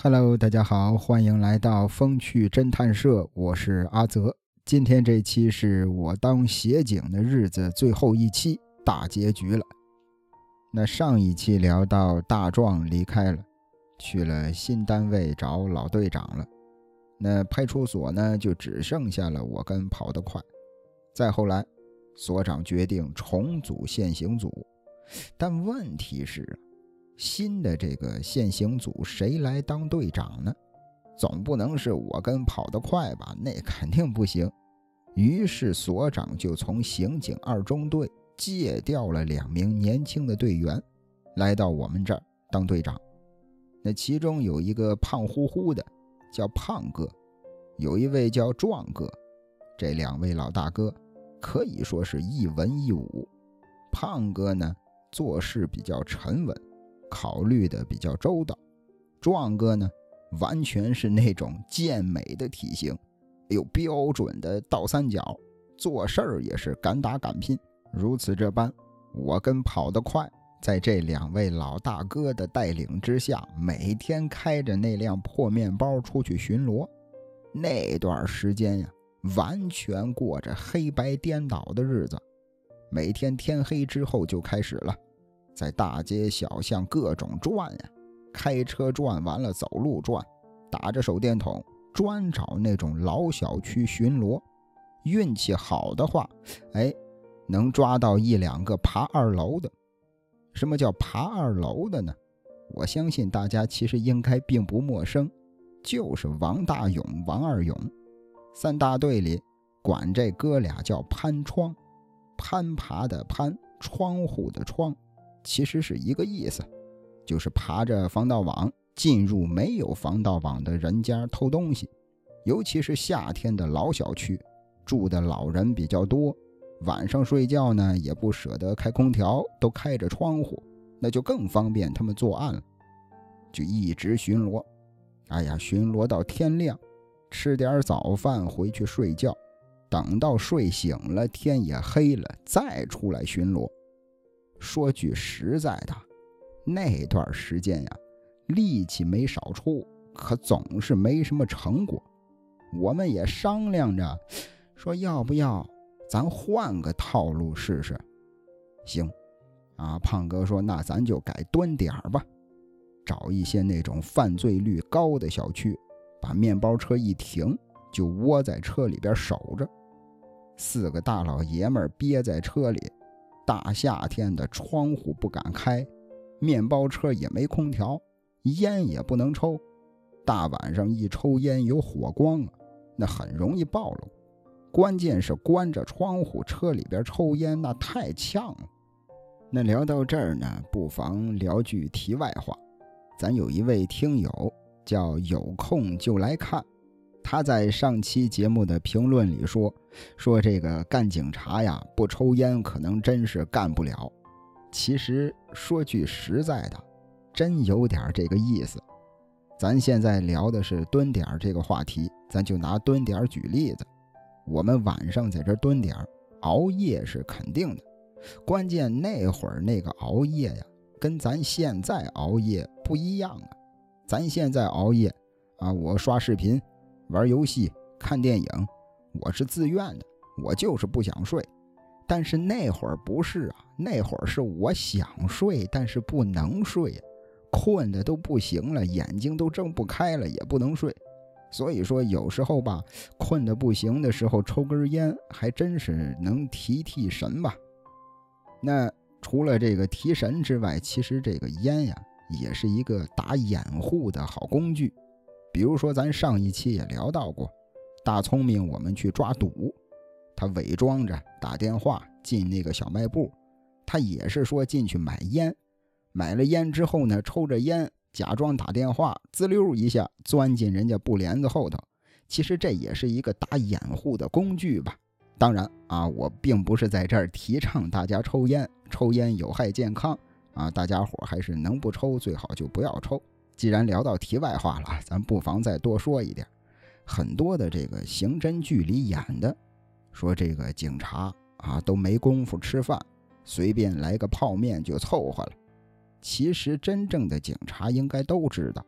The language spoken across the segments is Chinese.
Hello， 大家好，欢迎来到风趣侦探社，我是阿泽。今天这期是我当协警的日子最后一期，大结局了。那上一期聊到大壮离开了，去了新单位找老队长了。那派出所呢，就只剩下了我跟跑得快。再后来，所长决定重组现行组，但问题是新的这个现行组谁来当队长呢？总不能是我跟跑得快吧，那肯定不行。于是所长就从刑警2中队借调了2名年轻的队员来到我们这儿当队长。那其中有一个胖乎乎的叫胖哥，有一位叫壮哥。这2位老大哥可以说是一文一武。胖哥呢，做事比较沉稳，考虑的比较周到。壮哥呢，完全是那种健美的体型，有标准的倒三角，做事儿也是敢打敢拼。如此这般，我跟跑得快在这2位老大哥的带领之下，每天开着那辆破面包出去巡逻。那段时间呀，完全过着黑白颠倒的日子。每天天黑之后就开始了，在大街小巷各种转呀，开车转完了走路转，打着手电筒专找那种老小区巡逻。运气好的话，能抓到1、2个爬2楼的。什么叫爬2楼的呢？我相信大家其实应该并不陌生，就是王大勇、王二勇。3大队里管这哥俩叫攀窗，攀爬的攀，窗户的窗，其实是一个意思，就是爬着防盗网进入没有防盗网的人家偷东西。尤其是夏天的老小区，住的老人比较多，晚上睡觉呢也不舍得开空调，都开着窗户，那就更方便他们作案了。就一直巡逻，巡逻到天亮，吃点早饭回去睡觉，等到睡醒了天也黑了，再出来巡逻。说句实在的，那段时间呀，力气没少出，可总是没什么成果。我们也商量着说，要不要咱换个套路试试。行胖哥说，那咱就改蹲点吧，找一些那种犯罪率高的小区，把面包车一停就窝在车里边守着。4个大老爷们憋在车里，大夏天的窗户不敢开，面包车也没空调，烟也不能抽。大晚上一抽烟有火光那很容易暴露。关键是关着窗户，车里边抽烟那太呛了。那聊到这儿呢，不妨聊句题外话。咱有一位听友叫有空就来看，他在上期节目的评论里说这个干警察呀，不抽烟可能真是干不了。其实说句实在的，真有点这个意思。咱现在聊的是蹲点这个话题，咱就拿蹲点举例子。我们晚上在这蹲点，熬夜是肯定的，关键那会儿那个熬夜呀，跟咱现在熬夜不一样啊。咱现在熬夜我刷视频、玩游戏、看电影，我是自愿的，我就是不想睡。但是那会儿不是那会儿是我想睡，但是不能睡，困的都不行了，眼睛都睁不开了，也不能睡。所以说有时候吧，困得不行的时候抽根烟，还真是能提神吧。那除了这个提神之外，其实这个烟呀，也是一个打掩护的好工具。比如说咱上一期也聊到过，大聪明我们去抓赌，他伪装着打电话进那个小卖部，他也是说进去买烟，买了烟之后呢，抽着烟假装打电话，滋溜一下钻进人家布帘子后头。其实这也是一个打掩护的工具吧。当然我并不是在这儿提倡大家抽烟，抽烟有害健康大家伙还是能不抽最好就不要抽。既然聊到题外话了，咱不妨再多说一点。很多的这个刑侦剧里演的，说这个警察都没工夫吃饭，随便来个泡面就凑合了。其实真正的警察应该都知道，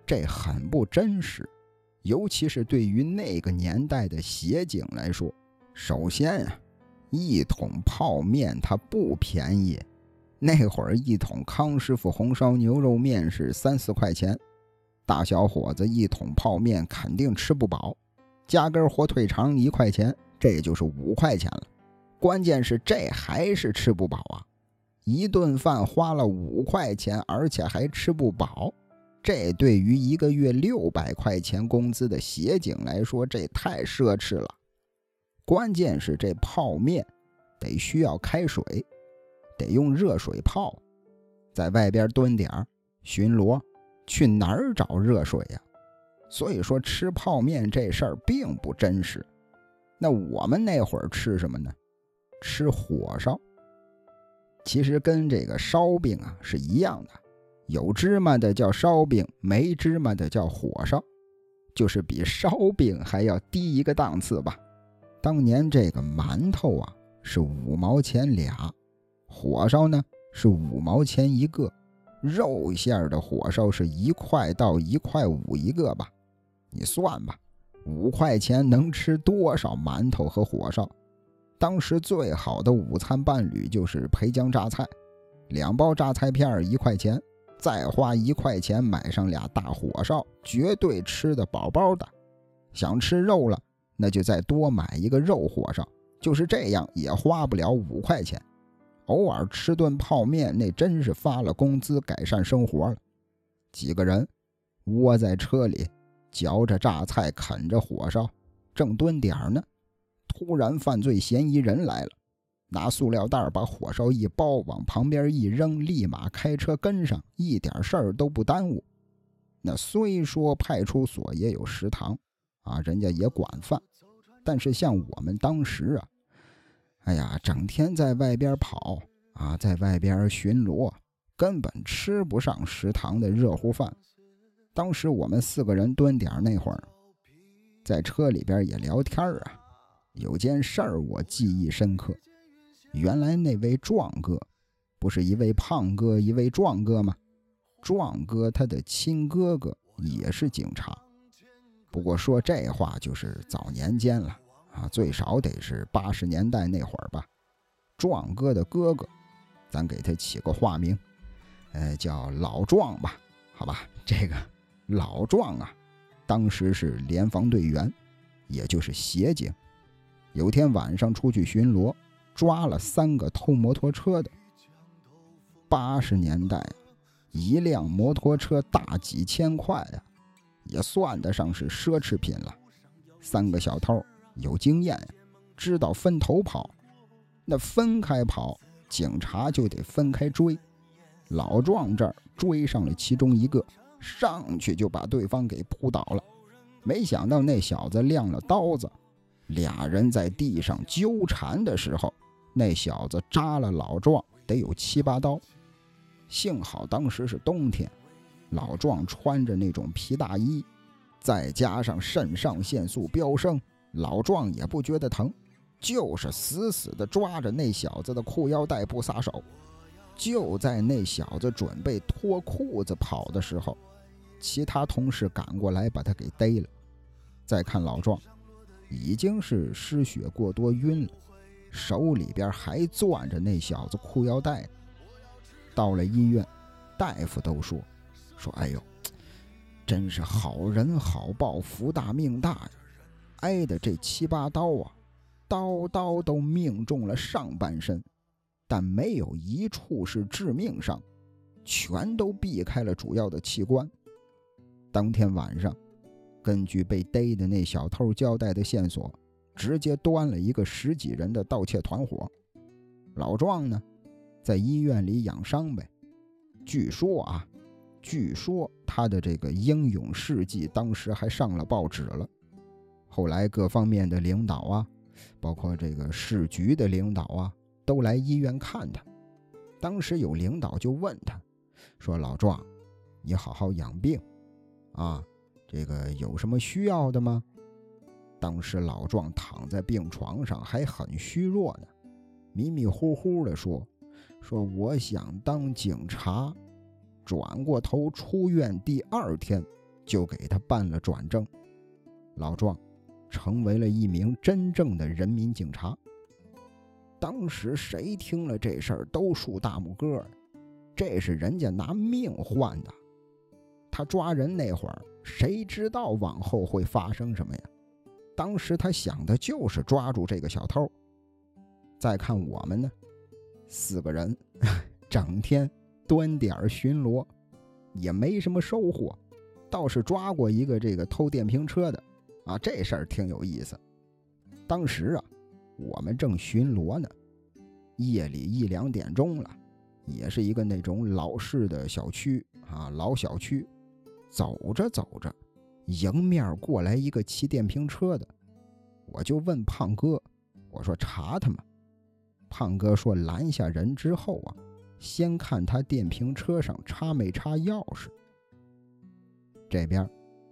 这很不真实。尤其是对于那个年代的协警来说，首先啊，一桶泡面它不便宜，那会儿一桶康师傅红烧牛肉面是3-4块钱，大小伙子一桶泡面肯定吃不饱，加根火腿肠1块钱，这就是5块钱了。关键是这还是吃不饱啊，一顿饭花了5块钱，而且还吃不饱，这对于一个月600块钱工资的协警来说，这太奢侈了。关键是这泡面得需要开水，得用热水泡，在外边蹲点巡逻，去哪儿找热水呀？所以说吃泡面这事儿并不真实。那我们那会儿吃什么呢？吃火烧。其实跟这个烧饼啊是一样的，有芝麻的叫烧饼，没芝麻的叫火烧，就是比烧饼还要低一个档次吧。当年这个馒头啊是5毛钱俩，火烧呢是5毛钱一个，肉馅的火烧是1块到1块5一个吧。你算吧，5块钱能吃多少馒头和火烧？当时最好的午餐伴侣就是培江榨菜，2包榨菜片1块钱，再花1块钱买上俩大火烧，绝对吃得饱饱的。想吃肉了，那就再多买一个肉火烧，就是这样也花不了5块钱。偶尔吃顿泡面，那真是发了工资改善生活了。几个人窝在车里嚼着榨菜，啃着火烧，正蹲点呢，突然犯罪嫌疑人来了，拿塑料袋把火烧一包，往旁边一扔，立马开车跟上，一点事儿都不耽误。那虽说派出所也有食堂啊，人家也管饭，但是像我们当时啊，哎呀，整天在外边跑啊，在外边巡逻，根本吃不上食堂的热乎饭。当时我们4个人蹲点那会儿，在车里边也聊天啊，有件事儿我记忆深刻。原来那位壮哥不是一位胖哥一位壮哥吗？壮哥他的亲哥哥也是警察，不过说这话就是早年间了啊，最少得是80年代那会儿吧。壮哥的哥哥，咱给他起个化名，叫老壮吧，好吧。这个老壮啊，当时是联防队员，也就是协警。有天晚上出去巡逻，抓了3个偷摩托车的。80年代一辆摩托车大几千块啊，也算得上是奢侈品了。3个小偷有经验，知道分头跑，那分开跑，警察就得分开追。老壮这儿追上了其中一个，上去就把对方给扑倒了。没想到那小子亮了刀子，俩人在地上纠缠的时候，那小子扎了老壮得有7、8刀。幸好当时是冬天，老壮穿着那种皮大衣，再加上肾上腺素飙升，老壮也不觉得疼，就是死死地抓着那小子的裤腰带不撒手。就在那小子准备脱裤子跑的时候，其他同事赶过来把他给逮了。再看老壮已经是失血过多晕了，手里边还攥着那小子裤腰带。到了医院，大夫都说哎呦，真是好人好报，福大命大呀，挨的这7、8刀啊，刀刀都命中了上半身，但没有一处是致命伤，全都避开了主要的器官。当天晚上，根据被逮的那小偷交代的线索，直接端了一个10几人的盗窃团伙。老壮呢，在医院里养伤呗。据说他的这个英勇事迹当时还上了报纸了。后来各方面的领导啊，包括这个市局的领导啊，都来医院看他。当时有领导就问他说，老壮，你好好养病啊，这个有什么需要的吗？当时老壮躺在病床上还很虚弱呢，迷迷糊糊地说我想当警察。转过头出院第2天就给他办了转正，老壮成为了一名真正的人民警察。当时谁听了这事儿都竖大拇哥，这是人家拿命换的。他抓人那会儿，谁知道往后会发生什么呀？当时他想的就是抓住这个小偷。再看我们呢，4个人整天蹲点巡逻，也没什么收获，倒是抓过一个这个偷电瓶车的啊，这事儿挺有意思。当时啊，我们正巡逻呢，夜里1、2点钟了，也是一个那种老式的小区啊，老小区。走着走着，迎面过来一个骑电瓶车的，我就问胖哥，我说查他吗？胖哥说拦下人之后啊，先看他电瓶车上插没插钥匙。这边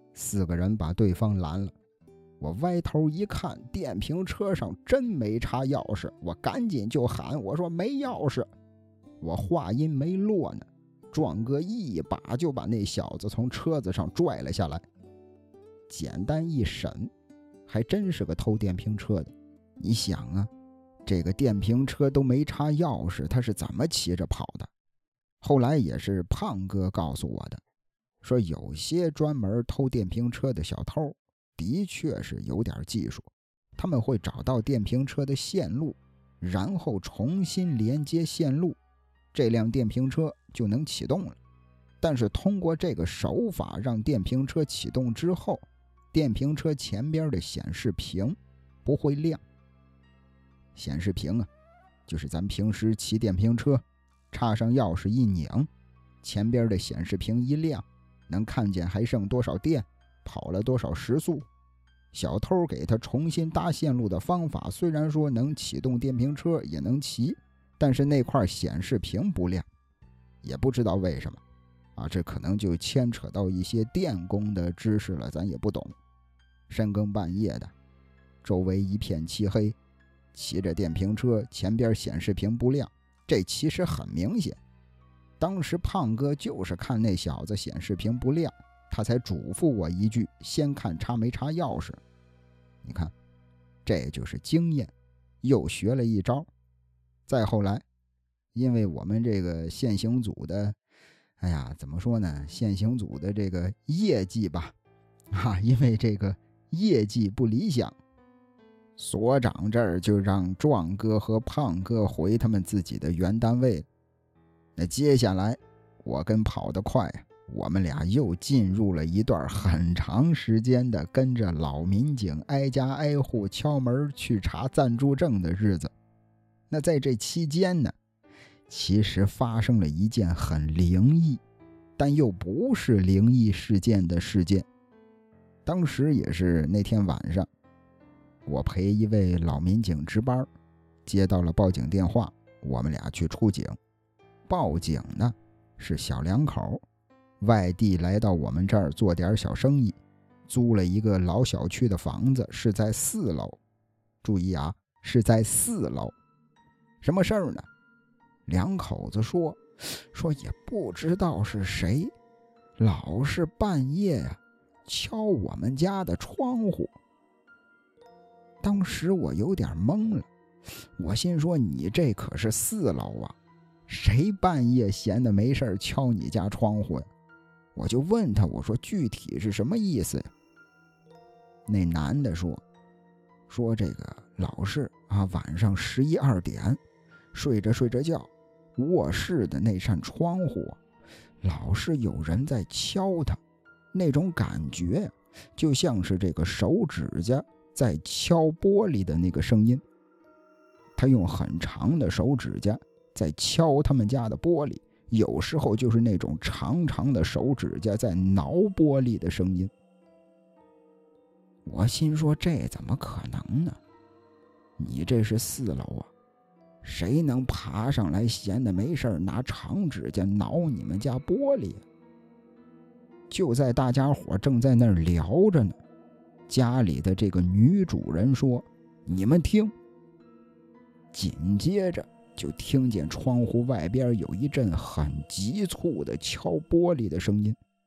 4个人把对方拦了，我歪头一看，电瓶车上真没插钥匙，我赶紧就喊，我说没钥匙。我话音没落呢，壮哥一把就把那小子从车子上拽了下来。简单一审，还真是个偷电瓶车的。你想啊，这个电瓶车都没插钥匙，他是怎么骑着跑的？后来也是胖哥告诉我的，说有些专门偷电瓶车的小偷的确是有点技术，他们会找到电瓶车的线路，然后重新连接线路，这辆电瓶车就能启动了。但是通过这个手法让电瓶车启动之后，电瓶车前边的显示屏不会亮。显示屏啊，就是咱平时骑电瓶车插上钥匙一拧，前边的显示屏一亮，能看见还剩多少电，跑了多少时速。小偷给他重新搭线路的方法，虽然说能启动电瓶车也能骑，但是那块显示屏不亮，也不知道为什么啊，这可能就牵扯到一些电工的知识了，咱也不懂。深更半夜的，周围一片漆黑，骑着电瓶车，前边显示屏不亮，这其实很明显。当时胖哥就是看那小子显示屏不亮，他才嘱咐我一句，先看插没插钥匙。你看，这就是经验，又学了一招。再后来，因为我们这个现行组的，怎么说呢，现行组的这个业绩吧，因为这个业绩不理想，所长这儿就让壮哥和胖哥回他们自己的原单位。那接下来我跟跑得快，我们俩又进入了一段很长时间的跟着老民警挨家挨户敲门去查暂住证的日子。那在这期间呢，其实发生了一件很灵异但又不是灵异事件的事件。当时也是那天晚上，我陪一位老民警值班，接到了报警电话，我们俩去出警。报警呢是小两口，外地来到我们这儿做点小生意，租了一个老小区的房子，是在4楼。注意啊，是在4楼。什么事儿呢？两口子说也不知道是谁，老是半夜敲我们家的窗户。当时我有点懵了，我心说你这可是4楼啊，谁半夜闲的没事敲你家窗户呀？我就问他，我说具体是什么意思呀？那男的说这个老是晚上11、12点睡着觉，卧室的那扇窗户老是有人在敲他，那种感觉就像是这个手指甲在敲玻璃的那个声音。他用很长的手指甲在敲他们家的玻璃，有时候就是那种长长的手指甲在挠玻璃的声音。我心说这怎么可能呢？你这是4楼啊，谁能爬上来闲的没事拿长指甲挠你们家玻璃？就在大家伙正在那儿聊着呢，家里的这个女主人说，你们听。紧接着就听见窗户外边有一阵很急促的敲玻璃的声音，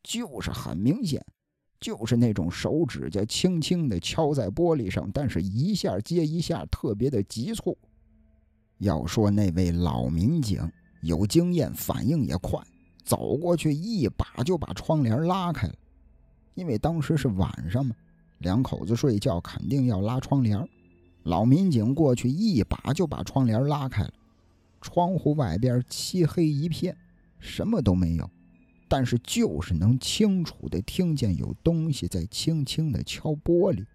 就是很明显，就是那种手指甲轻轻地敲在玻璃上，但是一下接一下，特别的急促。要说那位老民警有经验，反应也快，走过去一把就把窗帘拉开了。因为当时是晚上嘛，两口子睡觉肯定要拉窗帘，老民警过去一把就把窗帘拉开了。窗户外边漆黑一片，什么都没有，但是就是能清楚地听见有东西在轻轻地敲玻璃。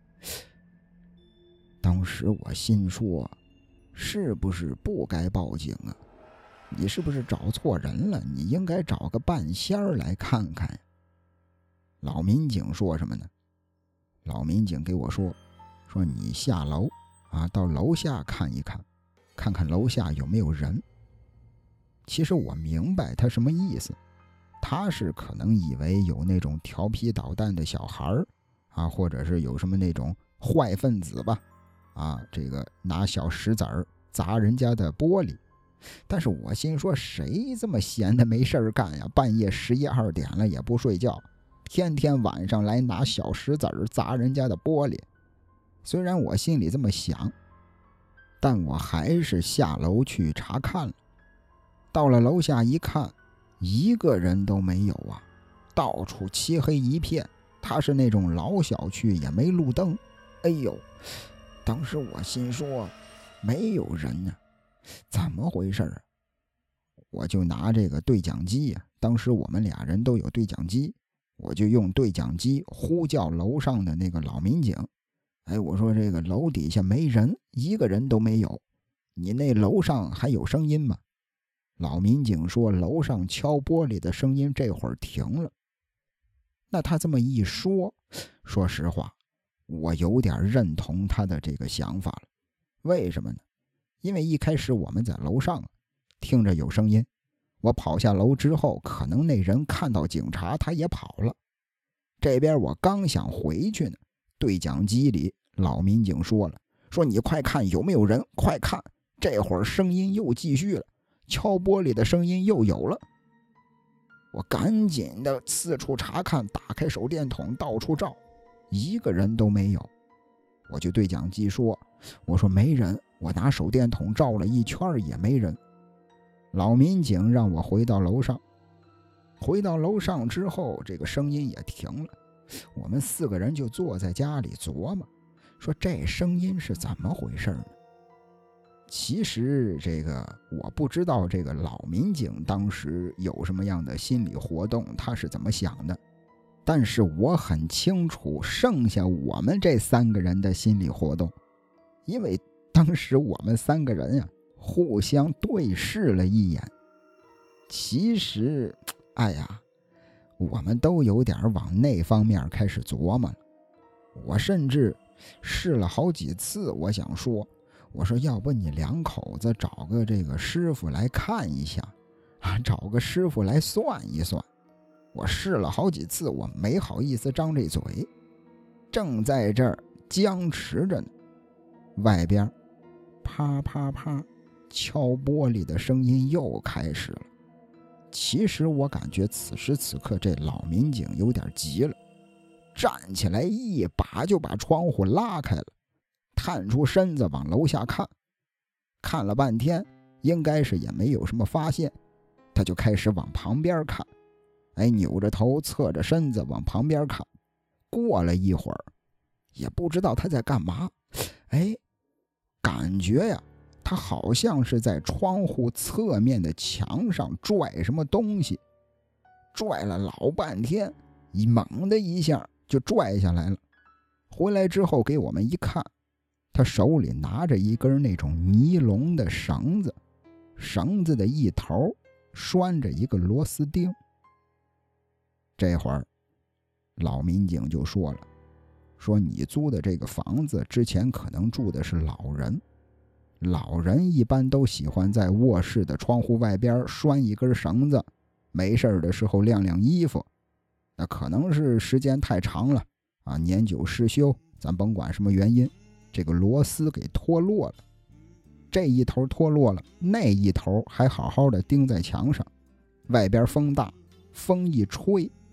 当时我心说，是不是不该报警啊？你是不是找错人了？你应该找个半仙儿来看看。老民警说什么呢？老民警给我说你下楼到楼下看一看，看看楼下有没有人。其实我明白他什么意思，他是可能以为有那种调皮捣蛋的小孩或者是有什么那种坏分子吧这个拿小石子儿砸人家的玻璃。但是我心说，谁这么闲的没事干呀？半夜11、2点了也不睡觉，天天晚上来拿小石子儿砸人家的玻璃。虽然我心里这么想，但我还是下楼去查看了。到了楼下一看，一个人都没有啊，到处漆黑一片。他是那种老小区，也没路灯。哎呦，当时我心说，没有人呢，怎么回事啊？我就拿这个对讲机当时我们俩人都有对讲机，我就用对讲机呼叫楼上的那个老民警。我说这个楼底下没人，一个人都没有，你那楼上还有声音吗？老民警说楼上敲玻璃的声音这会儿停了。那他这么一说，说实话，我有点认同他的这个想法了。为什么呢？因为一开始我们在楼上听着有声音，我跑下楼之后，可能那人看到警察他也跑了。这边我刚想回去呢，对讲机里老民警说了，说你快看有没有人，快看。这会儿声音又继续了，敲玻璃的声音又有了。我赶紧的四处查看，打开手电筒到处照，一个人都没有。我就对讲机说，我说没人，我拿手电筒照了一圈也没人。老民警让我回到楼上，回到楼上之后，这个声音也停了。我们4个人就坐在家里琢磨，说这声音是怎么回事呢？其实这个我不知道这个老民警当时有什么样的心理活动，他是怎么想的，但是我很清楚剩下我们这3个人的心理活动。因为当时我们3个人互相对视了一眼，其实我们都有点往那方面开始琢磨了。我甚至试了好几次，我想说，我说要不你2口子找个这个师傅来看一下找个师傅来算一算。我试了好几次，我没好意思张这嘴，正在这儿僵持着呢。外边啪啪啪敲玻璃的声音又开始了。其实我感觉此时此刻这老民警有点急了，站起来一把就把窗户拉开了，探出身子往楼下看，看了半天应该是也没有什么发现，他就开始往旁边看，扭着头侧着身子往旁边看。过了一会儿也不知道他在干嘛，感觉他好像是在窗户侧面的墙上拽什么东西，拽了老半天，猛的一下就拽下来了。回来之后给我们一看，他手里拿着一根那种尼龙的绳子，绳子的一头拴着一个螺丝钉。这会儿老民警就说了，说你租的这个房子之前可能住的是老人，老人一般都喜欢在卧室的窗户外边拴一根绳子，没事的时候晾晾衣服。那可能是时间太长了年久失修，咱甭管什么原因，这个螺丝给脱落了。这一头脱落了，那一头还好好的钉在墙上。外边风大，风一吹，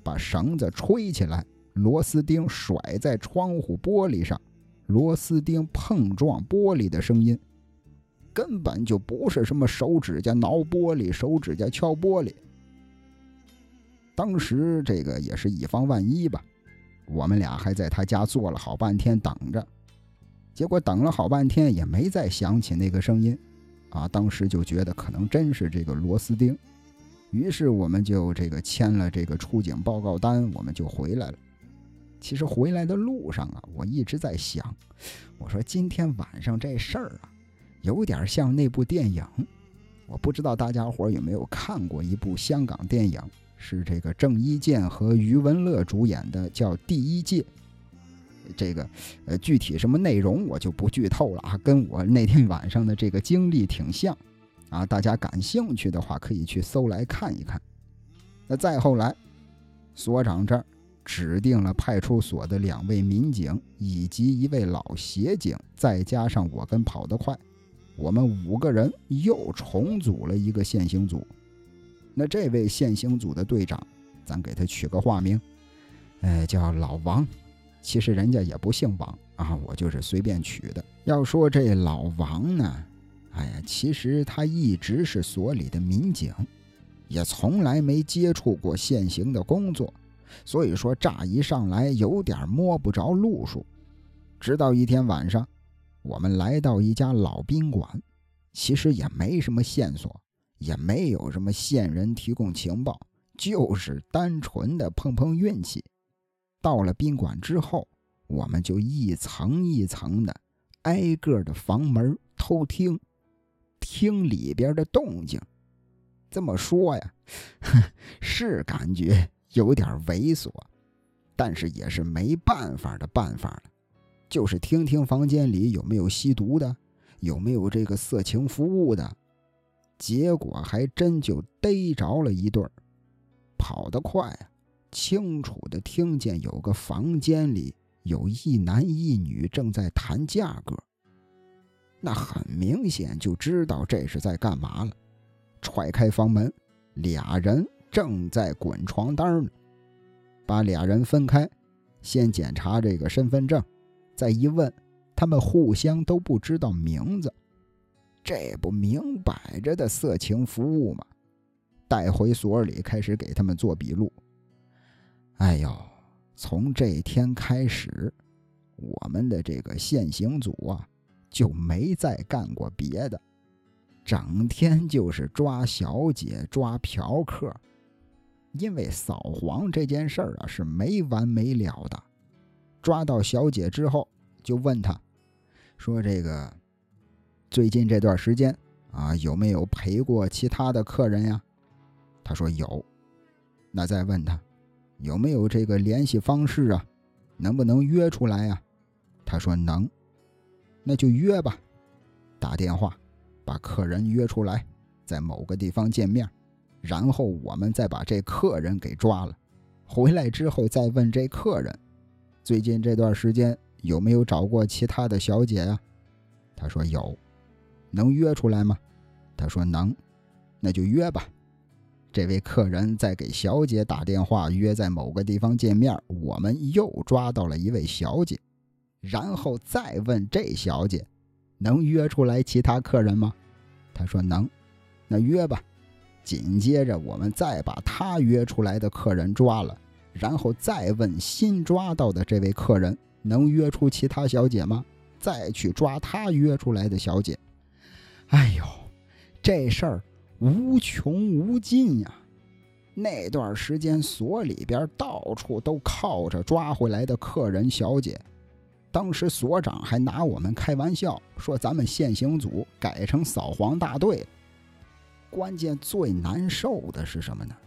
把绳子吹起来，螺丝钉甩在窗户玻璃上，螺丝钉碰撞玻璃的声音，根本就不是什么手指甲挠玻璃，手指甲敲玻璃。当时这个也是以防万一吧，我们俩还在他家坐了好半天等着，结果等了好半天也没再响起那个声音啊，当时就觉得可能真是这个螺丝钉，于是我们就这个签了这个出警报告单，我们就回来了。其实回来的路上啊，我一直在想，我说今天晚上这事儿啊，有点像那部电影。我不知道大家伙有没有看过一部香港电影，是这个郑伊健和余文乐主演的，叫《第一届》。这个具体什么内容我就不剧透了啊，跟我那天晚上的这个经历挺像啊，大家感兴趣的话可以去搜来看一看。那再后来，所长这儿指定了派出所的2位民警以及1位老协警，再加上我跟跑得快，我们5个人又重组了一个现行组。那这位现行组的队长，咱给他取个化名，叫老王。其实人家也不姓王啊，我就是随便取的。要说这老王呢，其实他一直是所里的民警，也从来没接触过现行的工作，所以说乍一上来有点摸不着路数。直到一天晚上，我们来到一家老宾馆，其实也没什么线索，也没有什么线人提供情报，就是单纯的碰碰运气。到了宾馆之后，我们就一层一层的挨个的房门偷听，听里边的动静。这么说呀，是感觉有点猥琐，但是也是没办法的办法了，就是听听房间里有没有吸毒的，有没有这个色情服务的。结果还真就逮着了一对儿。跑得快啊，清楚的听见有个房间里有1男1女正在谈价格，那很明显就知道这是在干嘛了。踹开房门，2人正在滚床单呢。把2人分开，先检查这个身份证，再一问，他们互相都不知道名字。这不明摆着的色情服务吗？带回所里开始给他们做笔录。哎呦，从这天开始，我们的这个现行组啊，就没再干过别的，整天就是抓小姐抓嫖客。因为扫黄这件事儿啊是没完没了的。抓到小姐之后，就问她说，这个最近这段时间啊，有没有陪过其他的客人呀？她说有。那再问她有没有这个联系方式啊，能不能约出来呀？她说能。那就约吧，打电话把客人约出来，在某个地方见面，然后我们再把这客人给抓了。回来之后再问这客人，最近这段时间有没有找过其他的小姐呀？他说有。能约出来吗？他说能。那就约吧。这位客人再给小姐打电话，约在某个地方见面，我们又抓到了一位小姐，然后再问这小姐能约出来其他客人吗？他说能。那约吧。紧接着我们再把他约出来的客人抓了，然后再问新抓到的这位客人能约出其他小姐吗？再去抓他约出来的小姐。哎呦，这事儿无穷无尽呀。那段时间所里边到处都靠着抓回来的客人小姐。当时所长还拿我们开玩笑，说咱们现行组改成扫黄大队了。关键最难受的是什么呢？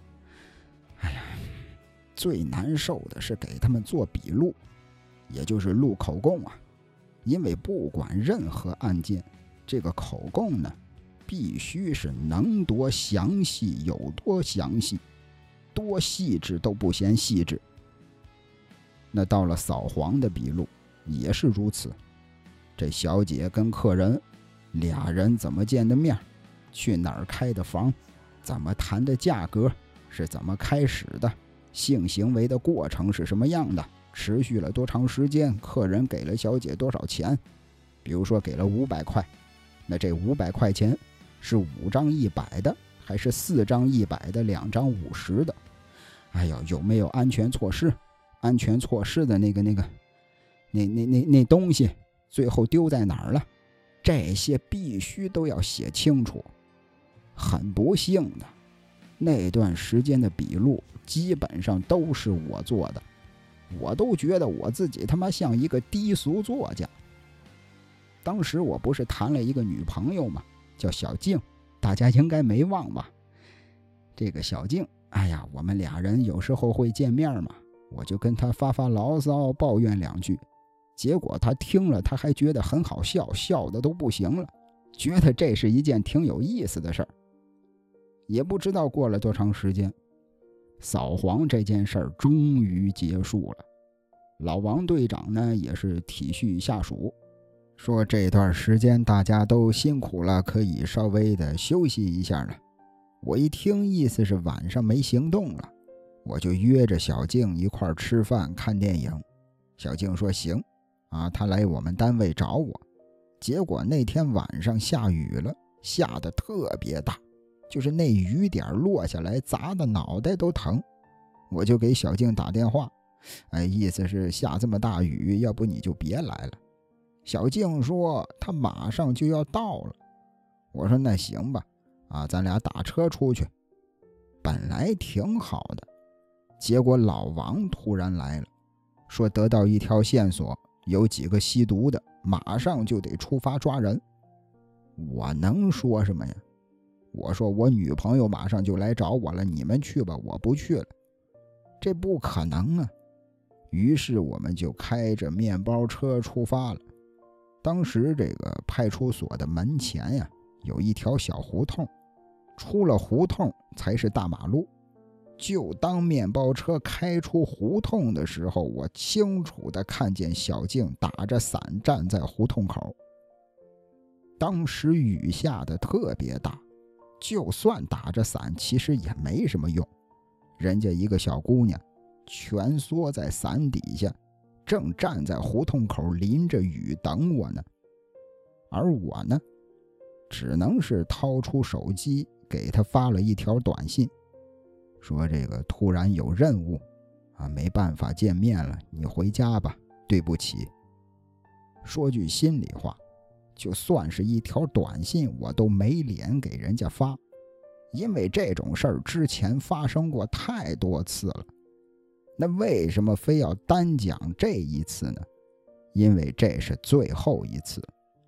最难受的是给他们做笔录，也就是录口供啊。因为不管任何案件，这个口供呢，必须是能多详细有多详细，多细致都不嫌细致。那到了扫黄的笔录也是如此。这小姐跟客人俩人怎么见的面，去哪儿开的房，怎么谈的价格，是怎么开始的， 性行为的过程是什么样的，持续了多长时间，客人给了小姐多少钱。比如说给了500块，那这500块钱是5张100的，还是4张100的，2张50的？哎呦，有没有安全措施？安全措施的那东西最后丢在哪儿了？这些必须都要写清楚。很不幸的，那段时间的笔录基本上都是我做的，我都觉得我自己他妈像一个低俗作家。当时我不是谈了一个女朋友吗？叫小静，大家应该没忘吧？这个小静，哎呀，我们俩人有时候会见面嘛，我就跟她发牢骚，抱怨2句，结果她听了，她还觉得很好笑，笑的都不行了，觉得这是一件挺有意思的事儿。也不知道过了多长时间，扫黄这件事儿终于结束了。老王队长呢也是体恤下属，说这段时间大家都辛苦了，可以稍微的休息一下了。我一听意思是晚上没行动了，我就约着小静一块儿吃饭看电影。小静说行啊，她来我们单位找我。结果那天晚上下雨了，下得特别大，就是那雨点落下来砸的脑袋都疼。我就给小静打电话，意思是下这么大雨，要不你就别来了。小静说她马上就要到了。我说那行吧，咱俩打车出去。本来挺好的，结果老王突然来了，说得到一条线索，有几个吸毒的，马上就得出发抓人。我能说什么呀？我说我女朋友马上就来找我了，你们去吧，我不去了。这不可能啊！于是我们就开着面包车出发了。当时这个派出所的门前呀，有一条小胡同，出了胡同才是大马路。就当面包车开出胡同的时候，我清楚地看见小静打着伞站在胡同口。当时雨下得特别大，就算打着伞其实也没什么用，人家一个小姑娘蜷缩在伞底下，正站在胡同口淋着雨等我呢。而我呢，只能是掏出手机给她发了一条短信，说这个突然有任务没办法见面了，你回家吧，对不起。说句心里话，就算是一条短信我都没脸给人家发，因为这种事儿之前发生过太多次了。那为什么非要单讲这一次呢？因为这是最后一次。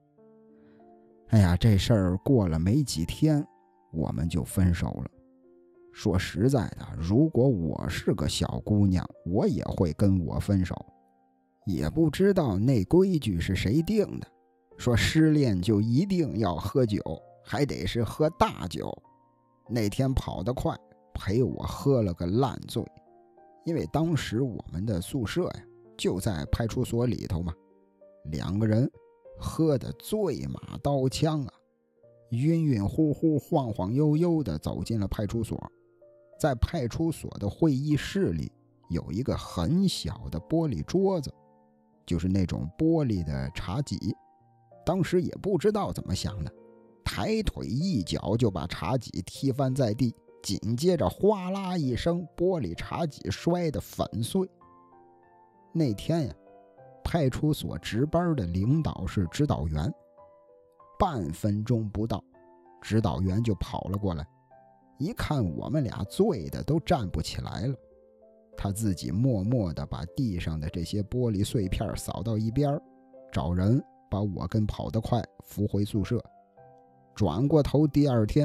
这事儿过了没几天，我们就分手了。说实在的，如果我是个小姑娘，我也会跟我分手。也不知道那规矩是谁定的，说失恋就一定要喝酒，还得是喝大酒。那天跑得快，陪我喝了个烂醉。因为当时我们的宿舍呀就在派出所里头嘛，2个人喝得醉马刀枪晕晕乎乎晃晃悠悠地走进了派出所。在派出所的会议室里有一个很小的玻璃桌子，就是那种玻璃的茶几。当时也不知道怎么想的，抬腿一脚就把茶几踢翻在地，紧接着哗啦一声，玻璃茶几摔得粉碎。那天呀，派出所值班的领导是指导员，半分钟不到，指导员就跑了过来，一看我们俩醉的都站不起来了，他自己默默地把地上的这些玻璃碎片扫到一边，找人把我跟跑得快扶回宿舍。转过头第2天，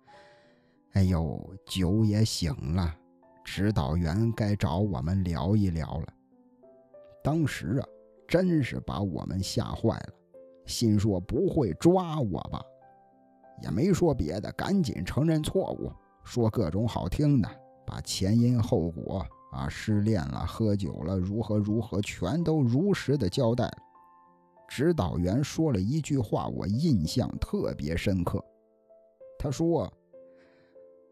酒也醒了，指导员该找我们聊一聊了。当时真是把我们吓坏了，心说不会抓我吧？也没说别的，赶紧承认错误，说各种好听的，把前因后果失恋了，喝酒了，如何全都如实的交代了。指导员说了一句话，我印象特别深刻。他说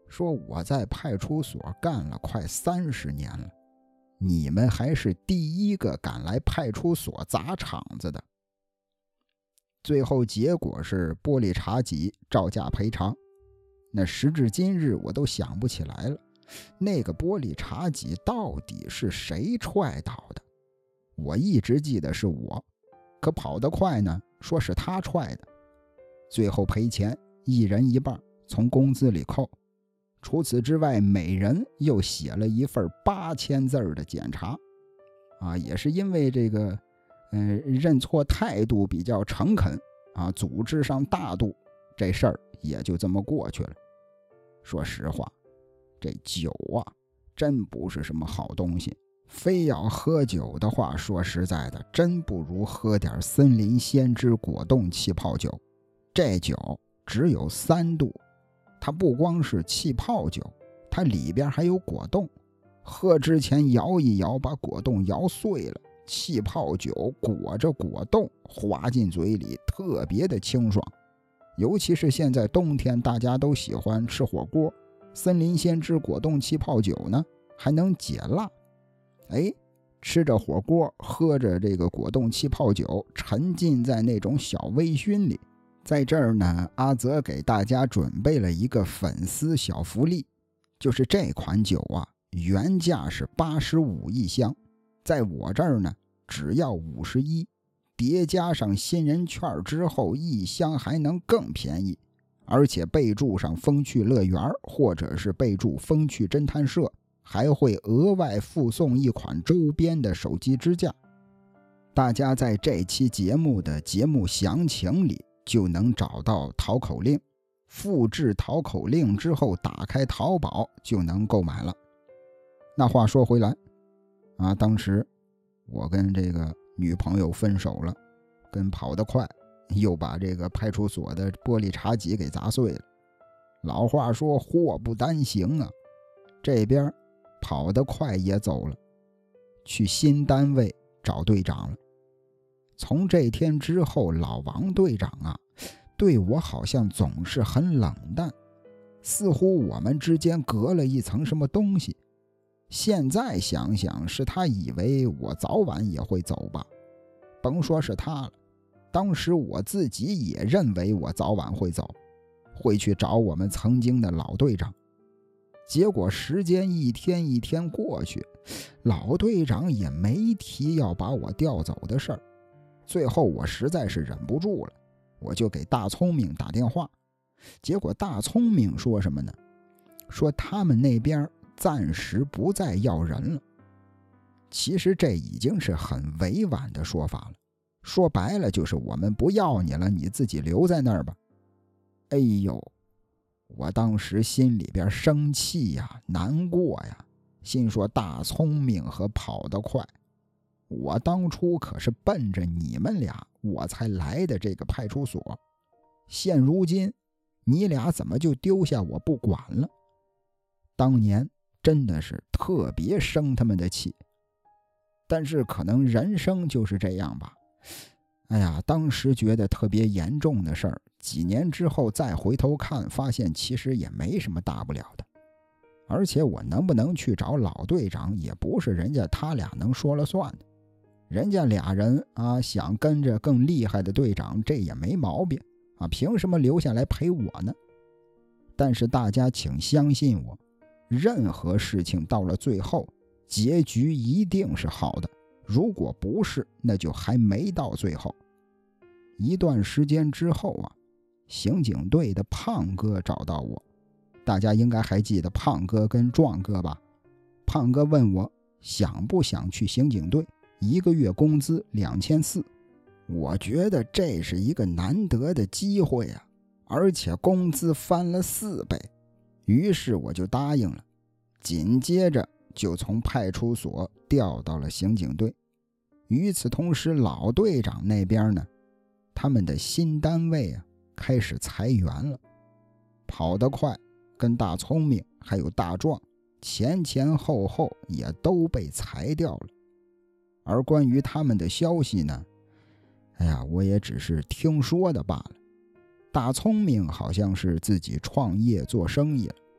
说我在派出所干了快30年了，你们还是第一个敢来派出所砸场子的。最后结果是玻璃茶几照价赔偿。那时至今日我都想不起来了，那个玻璃茶几到底是谁踹倒的。我一直记得是我，可跑得快呢，说是他踹的。最后赔钱，一人一半，从工资里扣。除此之外，每人又写了一份8000字的检查。也是因为这个认错态度比较诚恳组织上大度，这事儿也就这么过去了。说实话，这酒真不是什么好东西，非要喝酒的话，说实在的，真不如喝点森林鲜汁果冻气泡酒。这酒只有3度，它不光是气泡酒，它里边还有果冻。喝之前摇一摇，把果冻摇碎了，气泡酒裹着果冻滑进嘴里，特别的清爽。尤其是现在冬天，大家都喜欢吃火锅，森林鲜汁果冻气泡酒呢还能解辣。吃着火锅，喝着这个果冻气泡酒，沉浸在那种小微醺里。在这儿呢，阿泽给大家准备了一个粉丝小福利，就是这款酒原价是85一箱，在我这儿呢只要51，叠加上新人券之后，一箱还能更便宜。而且备注上风趣乐园或者是备注风趣侦探社，还会额外附送一款周边的手机支架。大家在这期节目的节目详情里就能找到淘口令，复制淘口令之后打开淘宝就能购买了。那话说回来当时我跟这个女朋友分手了，跟跑得快又把这个派出所的玻璃茶几给砸碎了。老话说祸不单行这边跑得快也走了，去新单位找队长了。从这天之后，老王队长对我好像总是很冷淡，似乎我们之间隔了一层什么东西。现在想想，是他以为我早晚也会走吧。甭说是他了，当时我自己也认为我早晚会走，会去找我们曾经的老队长。结果时间一天一天过去，老队长也没提要把我调走的事儿。最后我实在是忍不住了，我就给大聪明打电话。结果大聪明说什么呢？说他们那边暂时不再要人了。其实这已经是很委婉的说法了，说白了就是我们不要你了，你自己留在那儿吧。哎呦，我当时心里边生气难过心说大聪明和跑得快，我当初可是奔着你们俩我才来的这个派出所，现如今你俩怎么就丢下我不管了？当年真的是特别生他们的气，但是可能人生就是这样吧。当时觉得特别严重的事儿，几年之后再回头看，发现其实也没什么大不了的。而且我能不能去找老队长，也不是人家他俩能说了算的。人家俩人想跟着更厉害的队长，这也没毛病凭什么留下来陪我呢？但是大家请相信我，任何事情到了最后，结局一定是好的。如果不是，那就还没到最后。一段时间之后刑警队的胖哥找到我，大家应该还记得胖哥跟壮哥吧？胖哥问我想不想去刑警队，1个月工资2400。我觉得这是一个难得的机会而且工资翻了4倍，于是我就答应了。紧接着就从派出所调到了刑警队。与此同时，老队长那边呢，他们的新单位开始裁员了。跑得快跟大聪明还有大壮前前后后也都被裁掉了。而关于他们的消息呢，我也只是听说的罢了。大聪明好像是自己创业做生意了，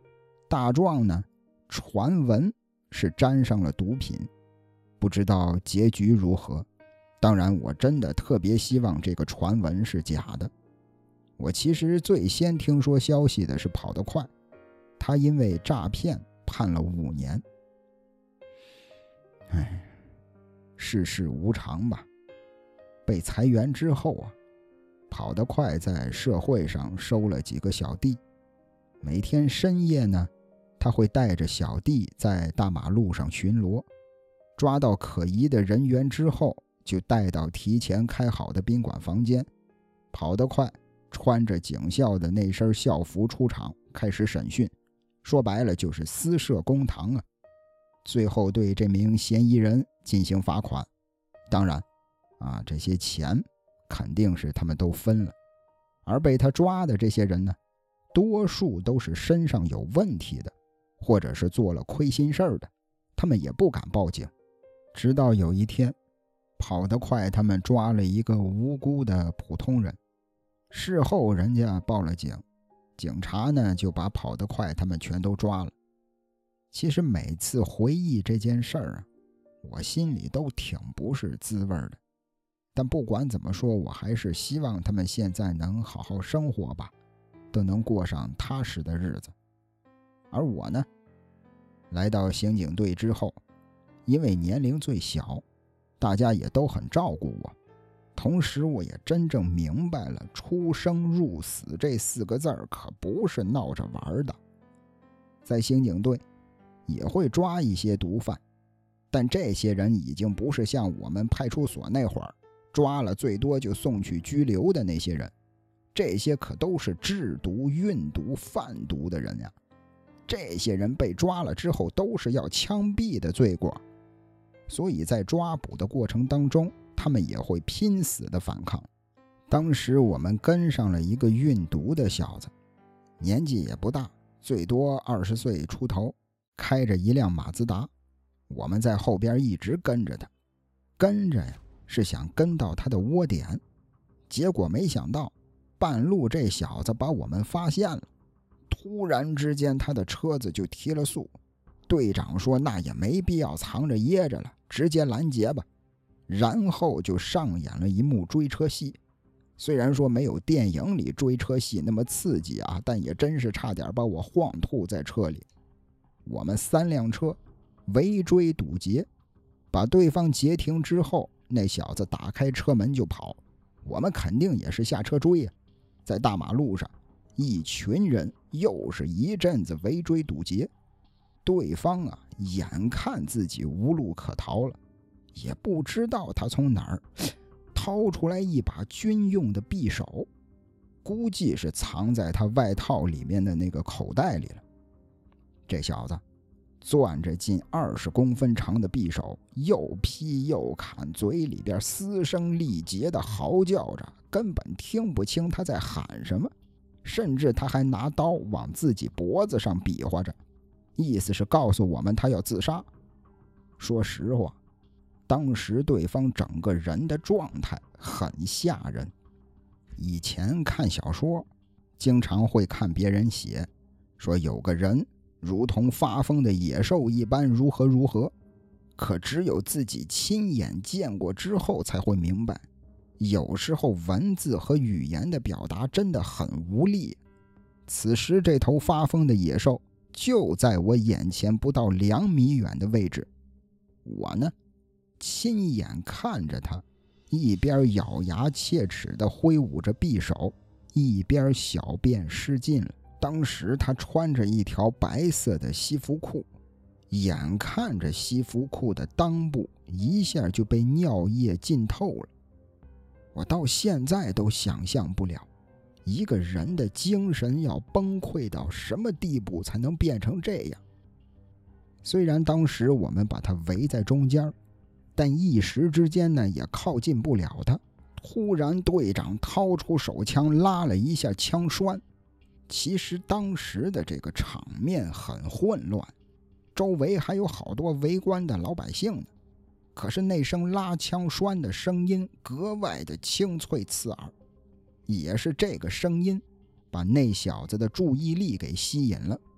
大壮呢，传闻是沾上了毒品，不知道结局如何。当然我真的特别希望这个传闻是假的。我其实最先听说消息的是跑得快，他因为诈骗判了5年。世事无常吧。被裁员之后啊，跑得快在社会上收了几个小弟，每天深夜呢，他会带着小弟在大马路上巡逻，抓到可疑的人员之后，就带到提前开好的宾馆房间。跑得快穿着警校的那身校服出场，开始审讯，说白了就是私设公堂啊。最后对这名嫌疑人进行罚款，当然这些钱肯定是他们都分了。而被他抓的这些人呢，多数都是身上有问题的，或者是做了亏心事儿的，他们也不敢报警。直到有一天，跑得快他们抓了一个无辜的普通人，事后人家报了警，警察呢就把跑得快他们全都抓了。其实每次回忆这件事儿我心里都挺不是滋味的。但不管怎么说，我还是希望他们现在能好好生活吧，都能过上踏实的日子。而我呢，来到刑警队之后，因为年龄最小，大家也都很照顾我，同时我也真正明白了出生入死这4个字可不是闹着玩的。在刑警队也会抓一些毒贩，但这些人已经不是像我们派出所那会儿抓了最多就送去拘留的那些人，这些可都是制毒、运毒、贩毒的人呀。这些人被抓了之后都是要枪毙的罪过，所以在抓捕的过程当中，他们也会拼死的反抗。当时我们跟上了一个运毒的小子，年纪也不大，最多20岁出头，开着一辆马自达。我们在后边一直跟着他，跟着呀是想跟到他的窝点，结果没想到半路这小子把我们发现了，突然之间他的车子就提了速。队长说那也没必要藏着掖着了，直接拦截吧。然后就上演了一幕追车戏，虽然说没有电影里追车戏那么刺激但也真是差点把我晃吐在车里。我们3辆车围追堵截，把对方截停之后，那小子打开车门就跑，我们肯定也是下车追呀。在大马路上，一群人又是一阵子围追堵截，对方眼看自己无路可逃了，也不知道他从哪儿掏出来一把军用的匕首，估计是藏在他外套里面的那个口袋里了。这小子攥着近20公分长的匕首，又劈又砍，嘴里边嘶声力竭的嚎叫着，根本听不清他在喊什么，甚至他还拿刀往自己脖子上比划着，意思是告诉我们他要自杀。说实话，当时对方整个人的状态很吓人。以前看小说经常会看别人写说有个人如同发疯的野兽一般如何如何，可只有自己亲眼见过之后才会明白，有时候文字和语言的表达真的很无力。此时这头发疯的野兽就在我眼前不到2米远的位置，我呢亲眼看着他一边咬牙切齿地挥舞着匕首，一边小便失禁了。当时他穿着一条白色的西服裤，眼看着西服裤的裆部一下就被尿液浸透了。我到现在都想象不了一个人的精神要崩溃到什么地步才能变成这样。虽然当时我们把他围在中间，但一时之间呢也靠近不了他。突然队长掏出手枪拉了一下枪栓。其实当时的这个场面很混乱，周围还有好多围观的老百姓呢，可是那声拉枪栓的声音格外的清脆刺耳，也是这个声音把那小子的注意力给吸引了。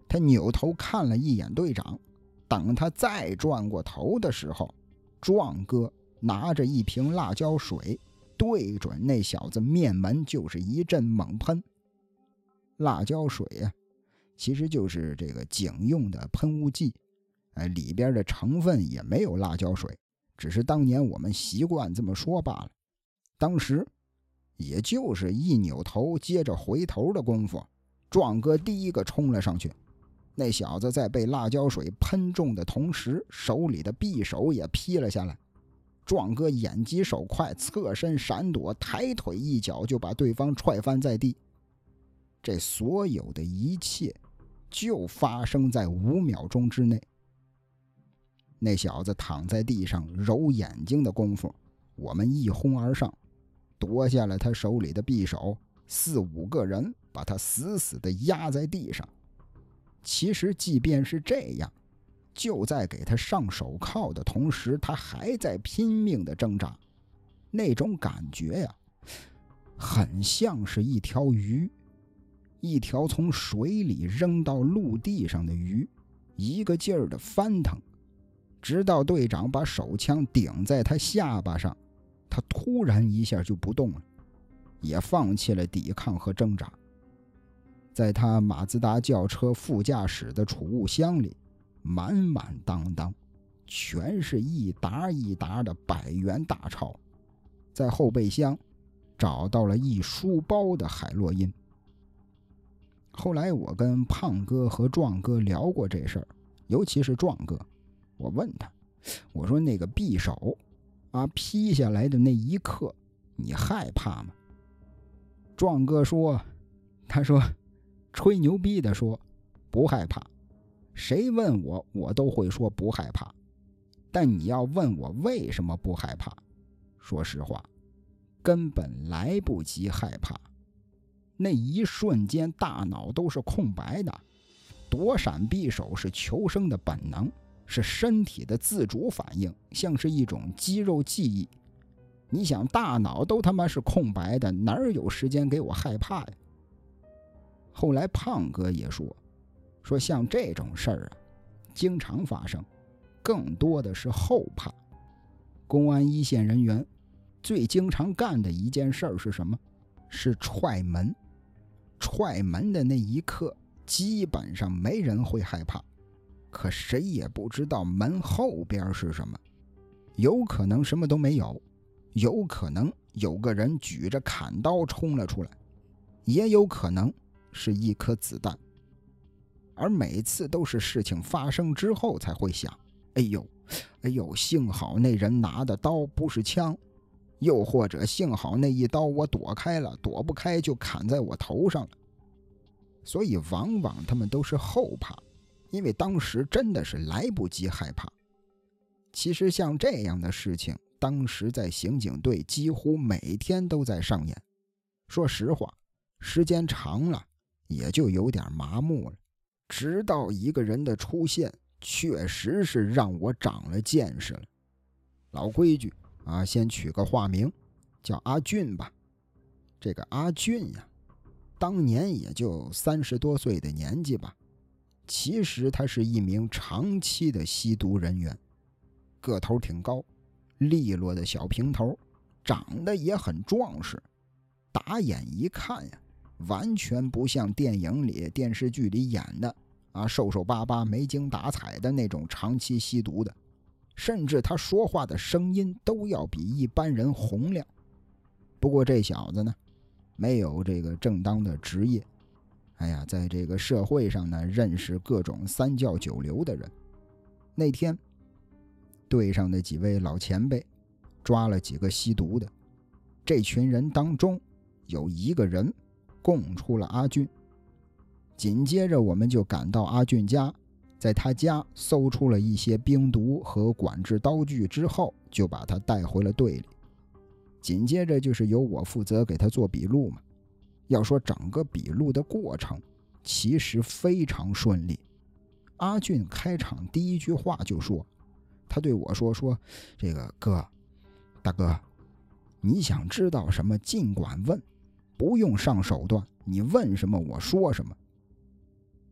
他扭头看了一眼队长，等他再转过头的时候，壮哥拿着一瓶辣椒水对准那小子面门就是一阵猛喷。辣椒水啊，其实就是这个警用的喷雾剂，里边的成分也没有辣椒水，只是当年我们习惯这么说罢了。当时也就是一扭头接着回头的功夫，壮哥第一个冲了上去。那小子在被辣椒水喷中的同时，手里的匕首也劈了下来。壮哥眼疾手快，侧身闪躲，抬腿一脚就把对方踹翻在地。这所有的一切就发生在5秒钟之内。那小子躺在地上揉眼睛的功夫，我们一哄而上，夺下了他手里的匕首，4、5个人把他死死地压在地上。其实即便是这样，就在给他上手铐的同时，他还在拼命地挣扎。那种感觉呀，很像是一条鱼，一条从水里扔到陆地上的鱼，一个劲儿地翻腾，直到队长把手枪顶在他下巴上，他突然一下就不动了，也放弃了抵抗和挣扎。在他马自达轿车副驾驶的储物箱里，满满当当，全是一沓一沓的100元大钞。在后备箱找到了一书包的海洛因。后来我跟胖哥和壮哥聊过这事儿，尤其是壮哥，我问他，我说那个匕首劈下来的那一刻，你害怕吗？壮哥说，他说吹牛逼的说不害怕，谁问我我都会说不害怕，但你要问我为什么不害怕，说实话根本来不及害怕。那一瞬间大脑都是空白的，躲闪匕首是求生的本能，是身体的自主反应，像是一种肌肉记忆。你想大脑都他妈是空白的，哪有时间给我害怕呀？后来胖哥也说像这种事儿经常发生，更多的是后怕。公安一线人员最经常干的一件事是什么？是踹门。踹门的那一刻基本上没人会害怕，可谁也不知道门后边是什么，有可能什么都没有，有可能有个人举着砍刀冲了出来，也有可能是一颗子弹。而每次都是事情发生之后才会想，哎呦，幸好那人拿的刀不是枪，又或者幸好那一刀我躲开了，躲不开就砍在我头上了。所以往往他们都是后怕，因为当时真的是来不及害怕。其实像这样的事情，当时在刑警队几乎每天都在上演。说实话，时间长了也就有点麻木了。直到一个人的出现，确实是让我长了见识了。老规矩先取个化名，叫阿俊吧。这个阿俊呀，当年也就30多岁的年纪吧。其实他是一名长期的吸毒人员，个头挺高，利落的小平头，长得也很壮实，打眼一看呀，完全不像电影里电视剧里演的瘦瘦巴巴没精打采的那种长期吸毒的，甚至他说话的声音都要比一般人洪亮。不过这小子呢，没有这个正当的职业，在这个社会上呢，认识各种三教九流的人。那天队上的几位老前辈抓了几个吸毒的，这群人当中有一个人供出了阿俊。紧接着我们就赶到阿俊家，在他家搜出了一些冰毒和管制刀具之后，就把他带回了队里。紧接着就是由我负责给他做笔录嘛。要说整个笔录的过程其实非常顺利。阿俊开场第一句话就说，他对我说这个大哥，你想知道什么尽管问，不用上手段，你问什么我说什么。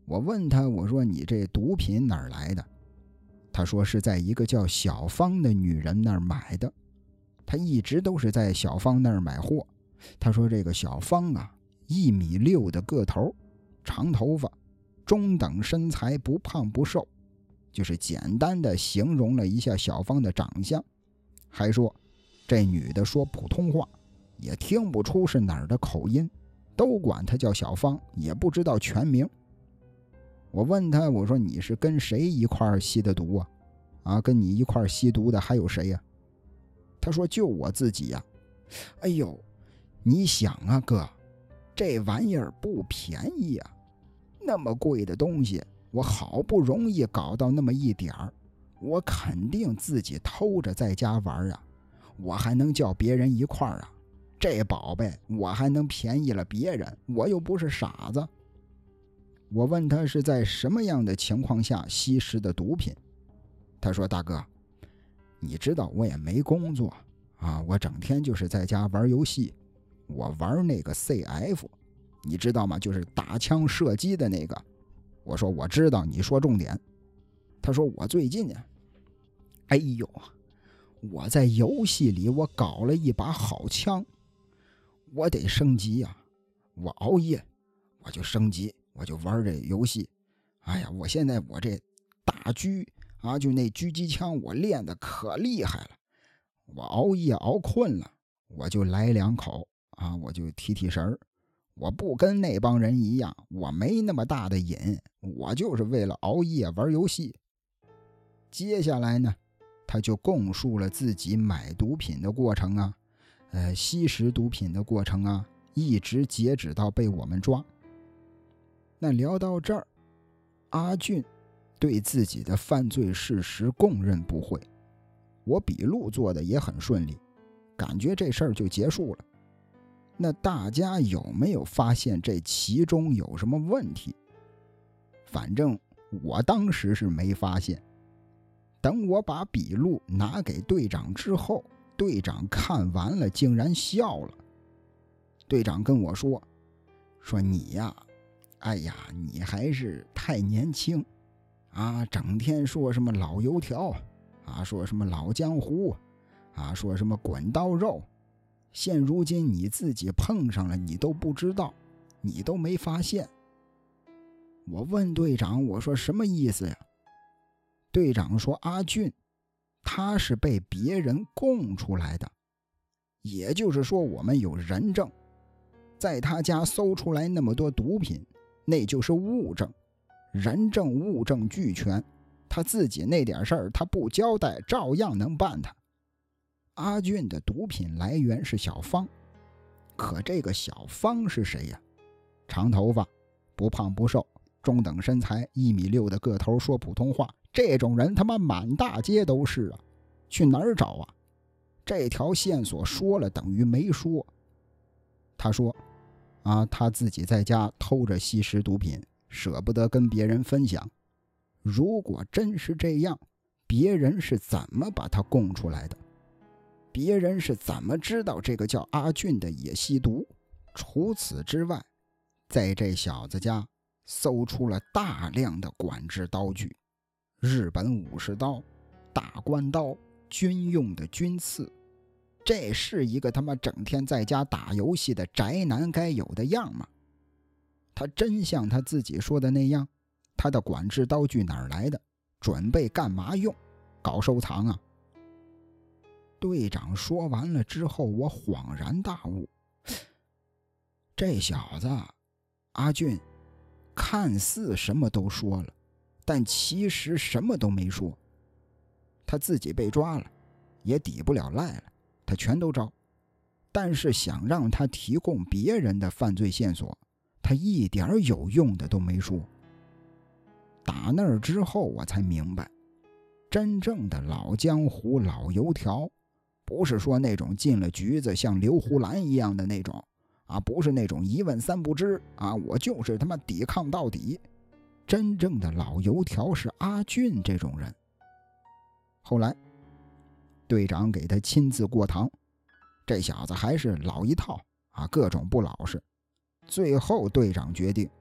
我问他，我说你这毒品哪儿来的？他说是在一个叫小芳的女人那儿买的，他一直都是在小芳那儿买货。他说这个小芳啊，1.6米的个头，长头发，中等身材，不胖不瘦，就是简单的形容了一下小芳的长相，还说这女的说普通话，也听不出是哪儿的口音，都管她叫小芳，也不知道全名。我问他，我说你是跟谁一块吸的毒啊？跟你一块吸毒的还有谁呀？他说就我自己呀。哎呦，你想啊哥，这玩意儿不便宜啊，那么贵的东西，我好不容易搞到那么一点儿，我肯定自己偷着在家玩啊，我还能叫别人一块啊？这宝贝我还能便宜了别人，我又不是傻子。我问他是在什么样的情况下吸食的毒品，他说大哥，你知道我也没工作啊，我整天就是在家玩游戏，我玩那个 CF， 你知道吗？就是打枪射击的那个。我说我知道，你说重点。他说我最近呀，哎呦，我在游戏里我搞了一把好枪，我得升级呀，我熬夜我就升级，我就玩这游戏。哎呀，我现在我这大狙啊，就那狙击枪我练得可厉害了，我熬夜熬困了，我就来2口啊，我就提提神。我不跟那帮人一样，我没那么大的瘾，我就是为了熬夜玩游戏。接下来呢，他就供述了自己买毒品的过程啊，吸食毒品的过程啊，一直截止到被我们抓。那聊到这儿，阿俊对自己的犯罪事实供认不讳，我笔录做的也很顺利，感觉这事儿就结束了。那大家有没有发现这其中有什么问题？反正我当时是没发现。等我把笔录拿给队长之后，队长看完了竟然笑了。队长跟我说你呀，哎呀，你还是太年轻啊，整天说什么老油条啊，说什么老江湖啊，说什么滚刀肉，现如今你自己碰上了，你都不知道，你都没发现。我问队长，我说什么意思呀？队长说阿俊他是被别人供出来的，也就是说我们有人证，在他家搜出来那么多毒品，那就是物证，人证物证俱全，他自己那点事儿他不交代，照样能办他。阿俊的毒品来源是小芳，可这个小芳是谁呀？长头发，不胖不瘦，中等身材，1.6米的个头，说普通话，这种人他妈满大街都是啊，去哪儿找啊？这条线索说了等于没说。他说啊，他自己在家偷着吸食毒品，舍不得跟别人分享。如果真是这样，别人是怎么把他供出来的？别人是怎么知道这个叫阿俊的也吸毒？除此之外，在这小子家搜出了大量的管制刀具，日本武士刀、大关刀、军用的军刺，这是一个他妈整天在家打游戏的宅男该有的样吗？他真像他自己说的那样，他的管制刀具哪儿来的？准备干嘛用？搞收藏啊？队长说完了之后，我恍然大悟，这小子阿俊看似什么都说了，但其实什么都没说。他自己被抓了，也抵不了赖了，他全都招。但是想让他提供别人的犯罪线索，他一点有用的都没说。打那儿之后我才明白，真正的老江湖老油条，不是说那种进了局子像刘胡兰一样的那种啊，不是那种一问三不知啊，我就是他妈抵抗到底。真正的老油条是阿俊这种人。后来队长给他亲自过堂，这小子还是老一套啊，各种不老实。最后队长决定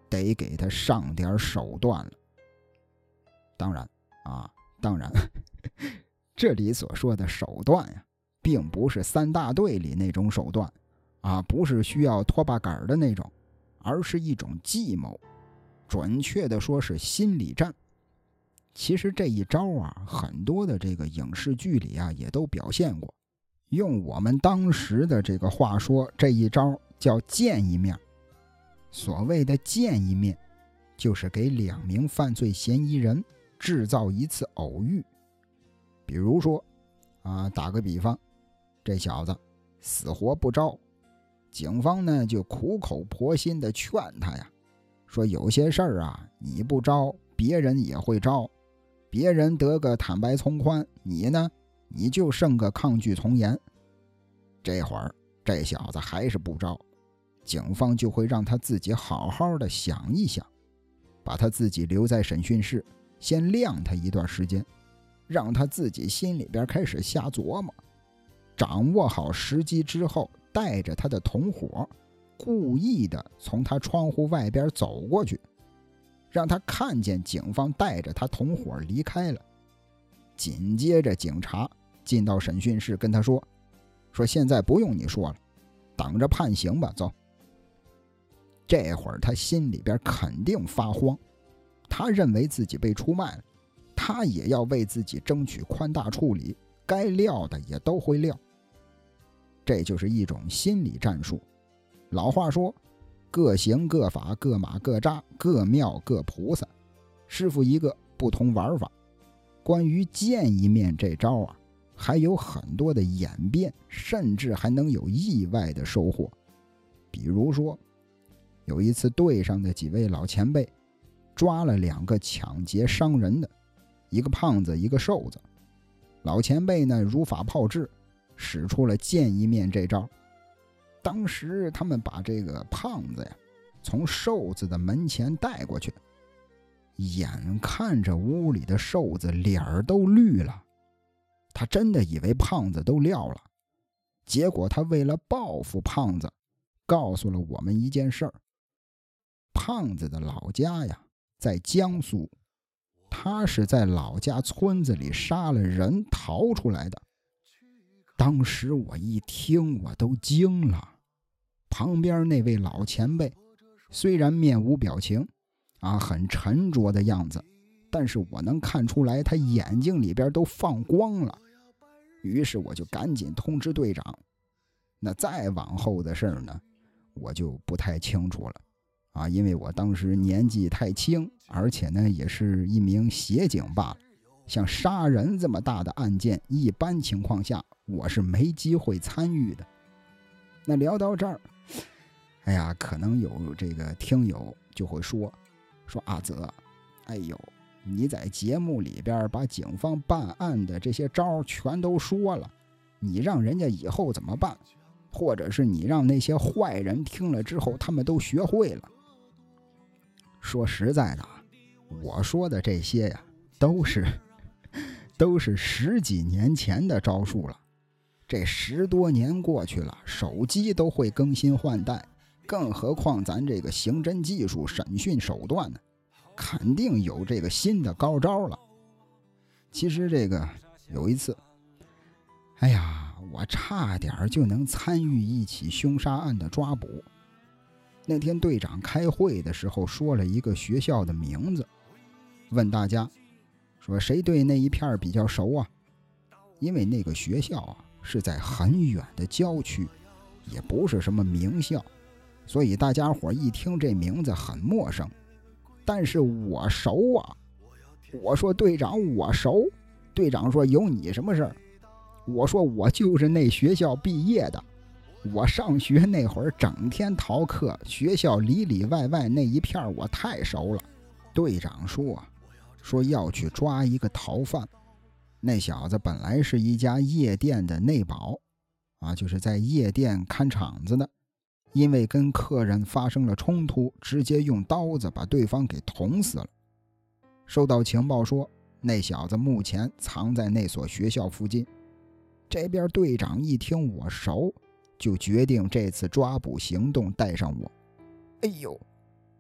得给他上点手段了。当然这里所说的手段呀，并不是三大队里那种手段不是需要拖把杆的那种，而是一种计谋，准确的说是心理战。其实这一招很多的这个影视剧里也都表现过。用我们当时的这个话说，这一招叫见一面。所谓的见一面，就是给2名犯罪嫌疑人制造一次偶遇。比如说打个比方，这小子死活不招，警方呢就苦口婆心的劝他呀，说有些事儿你不招，别人也会招，别人得个坦白从宽，你呢，你就剩个抗拒从严。这会儿这小子还是不招，警方就会让他自己好好的想一想，把他自己留在审讯室，先晾他一段时间，让他自己心里边开始瞎琢磨。掌握好时机之后，带着他的同伙，故意的从他窗户外边走过去，让他看见警方带着他同伙离开了。紧接着警察进到审讯室跟他说现在不用你说了，等着判刑吧，走。这会儿他心里边肯定发慌，他认为自己被出卖了，他也要为自己争取宽大处理，该撂的也都会撂。这就是一种心理战术。老话说，各行各法，各马各扎，各庙各菩萨，师傅一个，不同玩法。关于见一面这招还有很多的演变，甚至还能有意外的收获。比如说，有一次队上的几位老前辈抓了2个抢劫伤人的，一个胖子一个瘦子。老前辈呢如法炮制，使出了见一面这招。当时他们把这个胖子从瘦子的门前带过去，眼看着屋里的瘦子脸儿都绿了，他真的以为胖子都撂了。结果他为了报复胖子，告诉了我们一件事儿。胖子的老家在江苏，他是在老家村子里杀了人逃出来的。当时我一听我都惊了，旁边那位老前辈虽然面无表情很沉着的样子，但是我能看出来他眼睛里边都放光了。于是我就赶紧通知队长。那再往后的事儿呢，我就不太清楚了因为我当时年纪太轻，而且呢也是一名协警罢了。像杀人这么大的案件，一般情况下我是没机会参与的。那聊到这儿，可能有这个听友就会说阿泽，你在节目里边把警方办案的这些招全都说了，你让人家以后怎么办？或者是你让那些坏人听了之后他们都学会了？说实在的我说的这些都是10几年前的招数了。这10多年过去了，手机都会更新换代，更何况咱这个刑侦技术、审讯手段呢，肯定有这个新的高招了。其实这个有一次，我差点就能参与一起凶杀案的抓捕。那天队长开会的时候说了一个学校的名字，问大家说谁对那一片比较熟啊？因为那个学校是在很远的郊区，也不是什么名校，所以大家伙一听这名字很陌生。但是我熟我说队长我熟。队长说有你什么事儿？我说我就是那学校毕业的，我上学那会儿整天逃课，学校里里外外那一片我太熟了。队长说要去抓一个逃犯，那小子本来是一家夜店的内保就是在夜店看场子的，因为跟客人发生了冲突，直接用刀子把对方给捅死了。收到情报说那小子目前藏在那所学校附近。这边队长一听我熟，就决定这次抓捕行动带上我。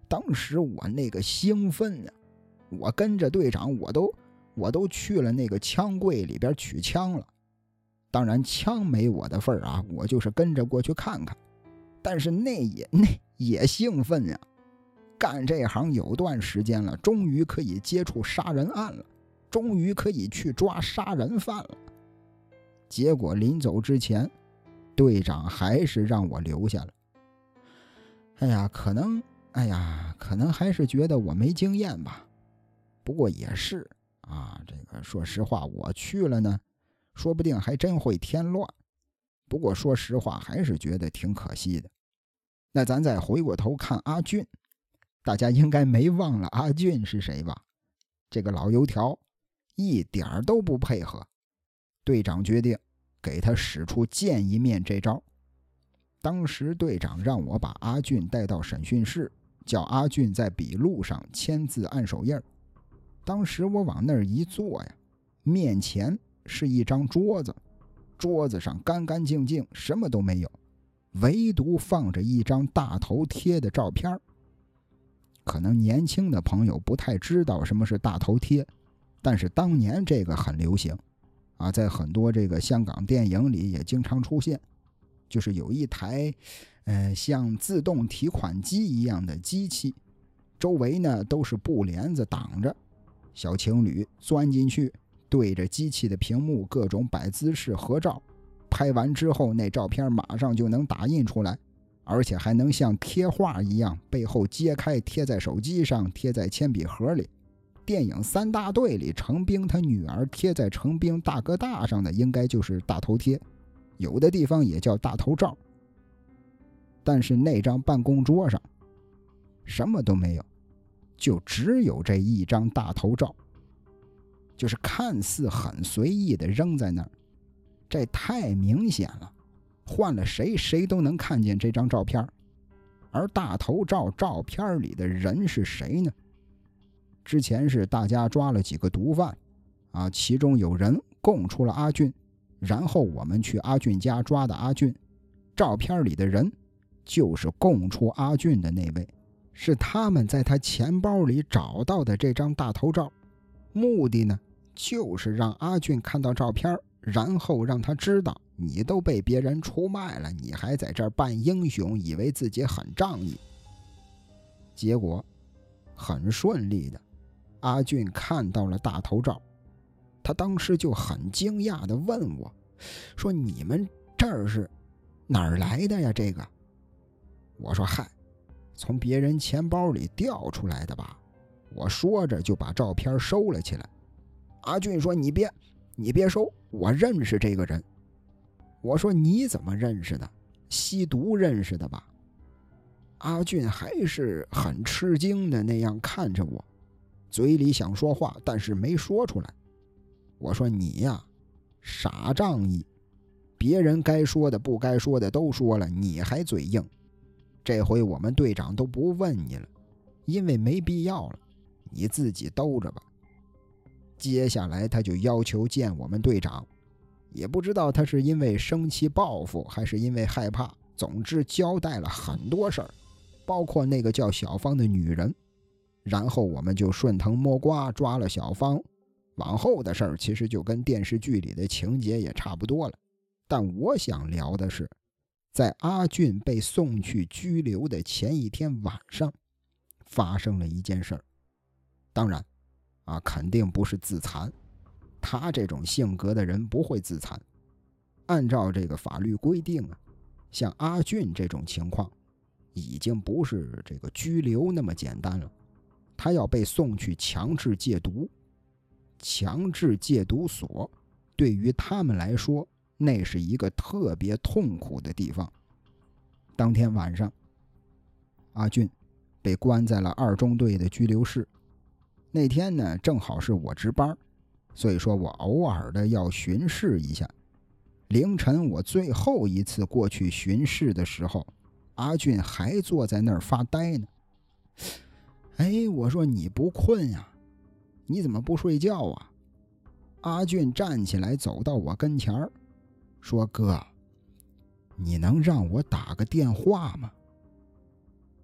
当时我那个兴奋啊，我跟着队长我都去了那个枪柜里边取枪了。当然枪没我的份儿啊，我就是跟着过去看看。但是那也兴奋啊，干这行有段时间了，终于可以接触杀人案了，终于可以去抓杀人犯了。结果临走之前，队长还是让我留下了。可能还是觉得我没经验吧。不过也是啊，这个说实话，我去了呢，说不定还真会添乱。不过说实话，还是觉得挺可惜的。那咱再回过头看阿俊，大家应该没忘了阿俊是谁吧？这个老油条一点都不配合，队长决定给他使出见一面这招。当时队长让我把阿俊带到审讯室，叫阿俊在笔录上签字按手印。当时我往那儿一坐呀，面前是一张桌子，桌子上干干净净，什么都没有，唯独放着一张大头贴的照片。可能年轻的朋友不太知道什么是大头贴，但是当年这个很流行啊，在很多这个香港电影里也经常出现。就是有一台像自动提款机一样的机器，周围呢都是布帘子挡着，小情侣钻进去，对着机器的屏幕各种摆姿势合照，拍完之后那照片马上就能打印出来，而且还能像贴画一样背后揭开，贴在手机上，贴在铅笔盒里。电影三大队里程兵他女儿贴在程兵大哥大上的应该就是大头贴，有的地方也叫大头照。但是那张办公桌上什么都没有，就只有这一张大头照，就是看似很随意的扔在那儿，这太明显了，换了谁都能看见这张照片。而大头照照片里的人是谁呢？之前是大家抓了几个毒贩啊，其中有人供出了阿俊，然后我们去阿俊家抓的阿俊。照片里的人就是供出阿俊的那位，是他们在他钱包里找到的这张大头照。目的呢，就是让阿俊看到照片，然后让他知道你都被别人出卖了，你还在这儿扮英雄，以为自己很仗义。结果很顺利的，阿俊看到了大头照，他当时就很惊讶地问我，说你们这儿是哪儿来的呀？这个我说嗨，从别人钱包里调出来的吧。我说着就把照片收了起来。阿俊说你别收，我认识这个人。我说你怎么认识的？吸毒认识的吧？阿俊还是很吃惊的那样看着我，嘴里想说话，但是没说出来。我说你呀，傻仗义，别人该说的不该说的都说了，你还嘴硬。这回我们队长都不问你了，因为没必要了，你自己兜着吧。接下来他就要求见我们队长，也不知道他是因为生气报复还是因为害怕，总之交代了很多事儿，包括那个叫小芳的女人。然后我们就顺藤摸瓜抓了小芳，往后的事儿其实就跟电视剧里的情节也差不多了。但我想聊的是，在阿俊被送去拘留的前一天晚上，发生了一件事儿。当然肯定不是自残，他这种性格的人不会自残。按照这个法律规定像阿俊这种情况，已经不是这个拘留那么简单了，他要被送去强制戒毒。强制戒毒所对于他们来说，那是一个特别痛苦的地方。当天晚上，阿俊被关在了2中队的拘留室。那天呢，正好是我值班，所以说我偶尔的要巡视一下。凌晨我最后一次过去巡视的时候，阿俊还坐在那儿发呆呢。我说你不困呀？你怎么不睡觉啊？阿俊站起来走到我跟前说，哥，你能让我打个电话吗？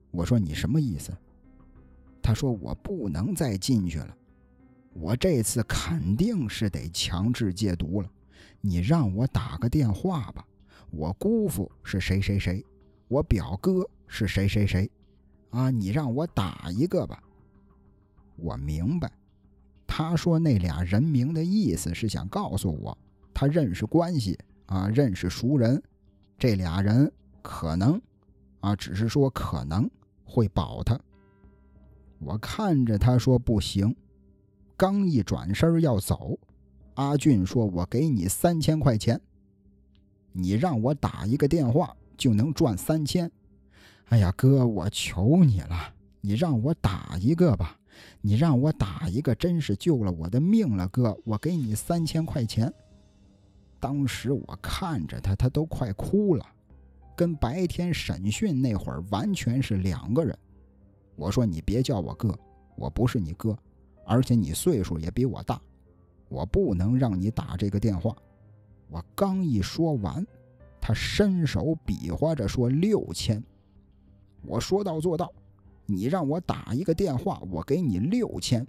我说你什么意思？他说我不能再进去了，我这次肯定是得强制戒毒了，你让我打个电话吧，我姑父是谁谁谁，我表哥是谁谁谁啊，你让我打一个吧。我明白，他说那俩人名的意思是想告诉我他认识关系啊，认识熟人，这俩人可能啊，只是说可能会保他。我看着他说不行，刚一转身要走，阿俊说我给你3000块钱，你让我打一个电话就能赚3000。哎呀哥，我求你了，你让我打一个吧，你让我打一个真是救了我的命了哥，我给你3000块钱。当时我看着他都快哭了，跟白天审讯那会儿完全是两个人。我说你别叫我哥，我不是你哥，而且你岁数也比我大，我不能让你打这个电话。我刚一说完，他伸手比划着说6000。我说到做到，你让我打一个电话，我给你6000。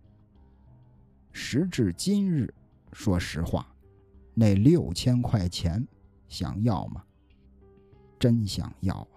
时至今日，说实话，那6000块钱想要吗？真想要啊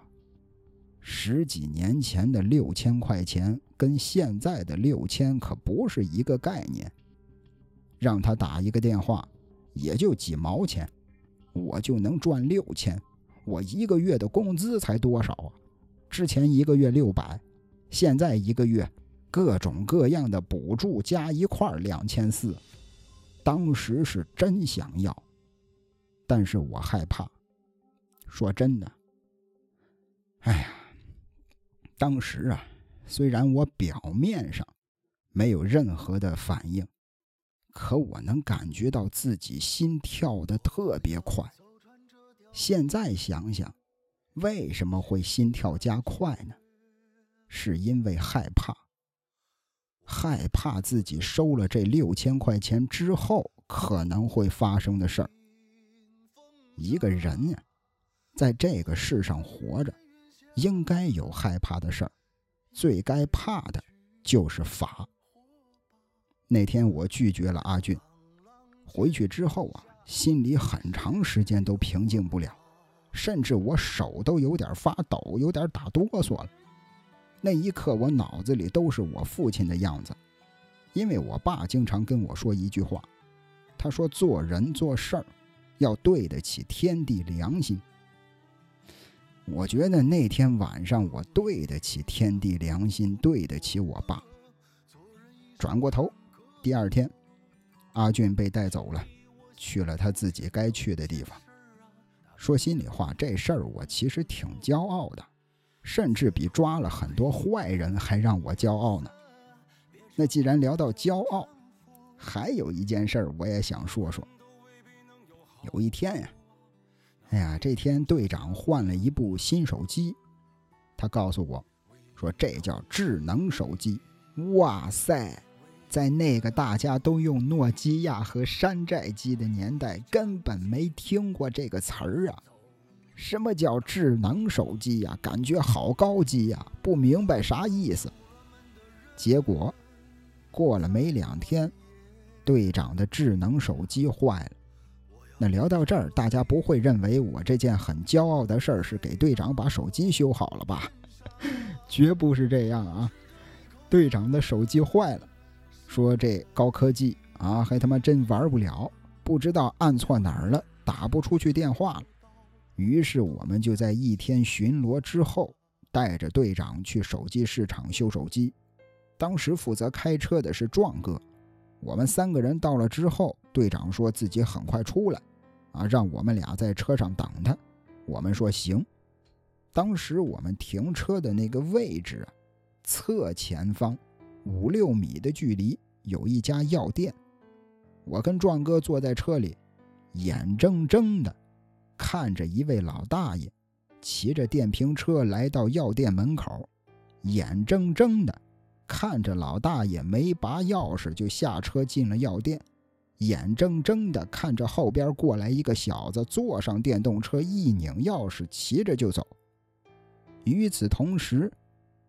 ！10几年前的6000块钱跟现在的6000可不是一个概念。让他打一个电话也就几毛钱，我就能赚6000，我一个月的工资才多少啊？之前一个月600，现在一个月各种各样的补助加一块2400。当时是真想要，但是我害怕。说真的，哎呀，当时啊，虽然我表面上没有任何的反应，可我能感觉到自己心跳得特别快。现在想想，为什么会心跳加快呢？是因为害怕，害怕自己收了这6000块钱之后可能会发生的事儿。一个人呀，在这个世上活着，应该有害怕的事儿，最该怕的就是法。那天我拒绝了阿俊，回去之后啊，心里很长时间都平静不了，甚至我手都有点发抖，有点打哆嗦了。那一刻我脑子里都是我父亲的样子，因为我爸经常跟我说一句话，他说做人做事儿要对得起天地良心。我觉得那天晚上我对得起天地良心，对得起我爸。转过头，第二天阿俊被带走了，去了他自己该去的地方。说心里话，这事儿我其实挺骄傲的，甚至比抓了很多坏人还让我骄傲呢。那既然聊到骄傲，还有一件事儿我也想说说。有一天呀，这天队长换了一部新手机，他告诉我说这叫智能手机。哇塞，在那个大家都用诺基亚和山寨机的年代，根本没听过这个词儿啊。什么叫智能手机呀？感觉好高级呀，不明白啥意思。结果过了没2天，队长的智能手机坏了。那聊到这儿，大家不会认为我这件很骄傲的事儿是给队长把手机修好了吧？绝不是这样啊！队长的手机坏了，说这高科技啊，还他妈真玩不了，不知道按错哪儿了，打不出去电话了。于是我们就在一天巡逻之后，带着队长去手机市场修手机。当时负责开车的是壮哥。我们3个人到了之后，队长说自己很快出来啊，让我们俩在车上等他。我们说行。当时我们停车的那个位置啊，侧前方5、6米的距离有一家药店。我跟壮哥坐在车里，眼睁睁的看着一位老大爷骑着电瓶车来到药店门口，眼睁睁的看着老大爷没拔钥匙就下车进了药店，眼睁睁的看着后边过来一个小子坐上电动车，一拧钥匙骑着就走。与此同时，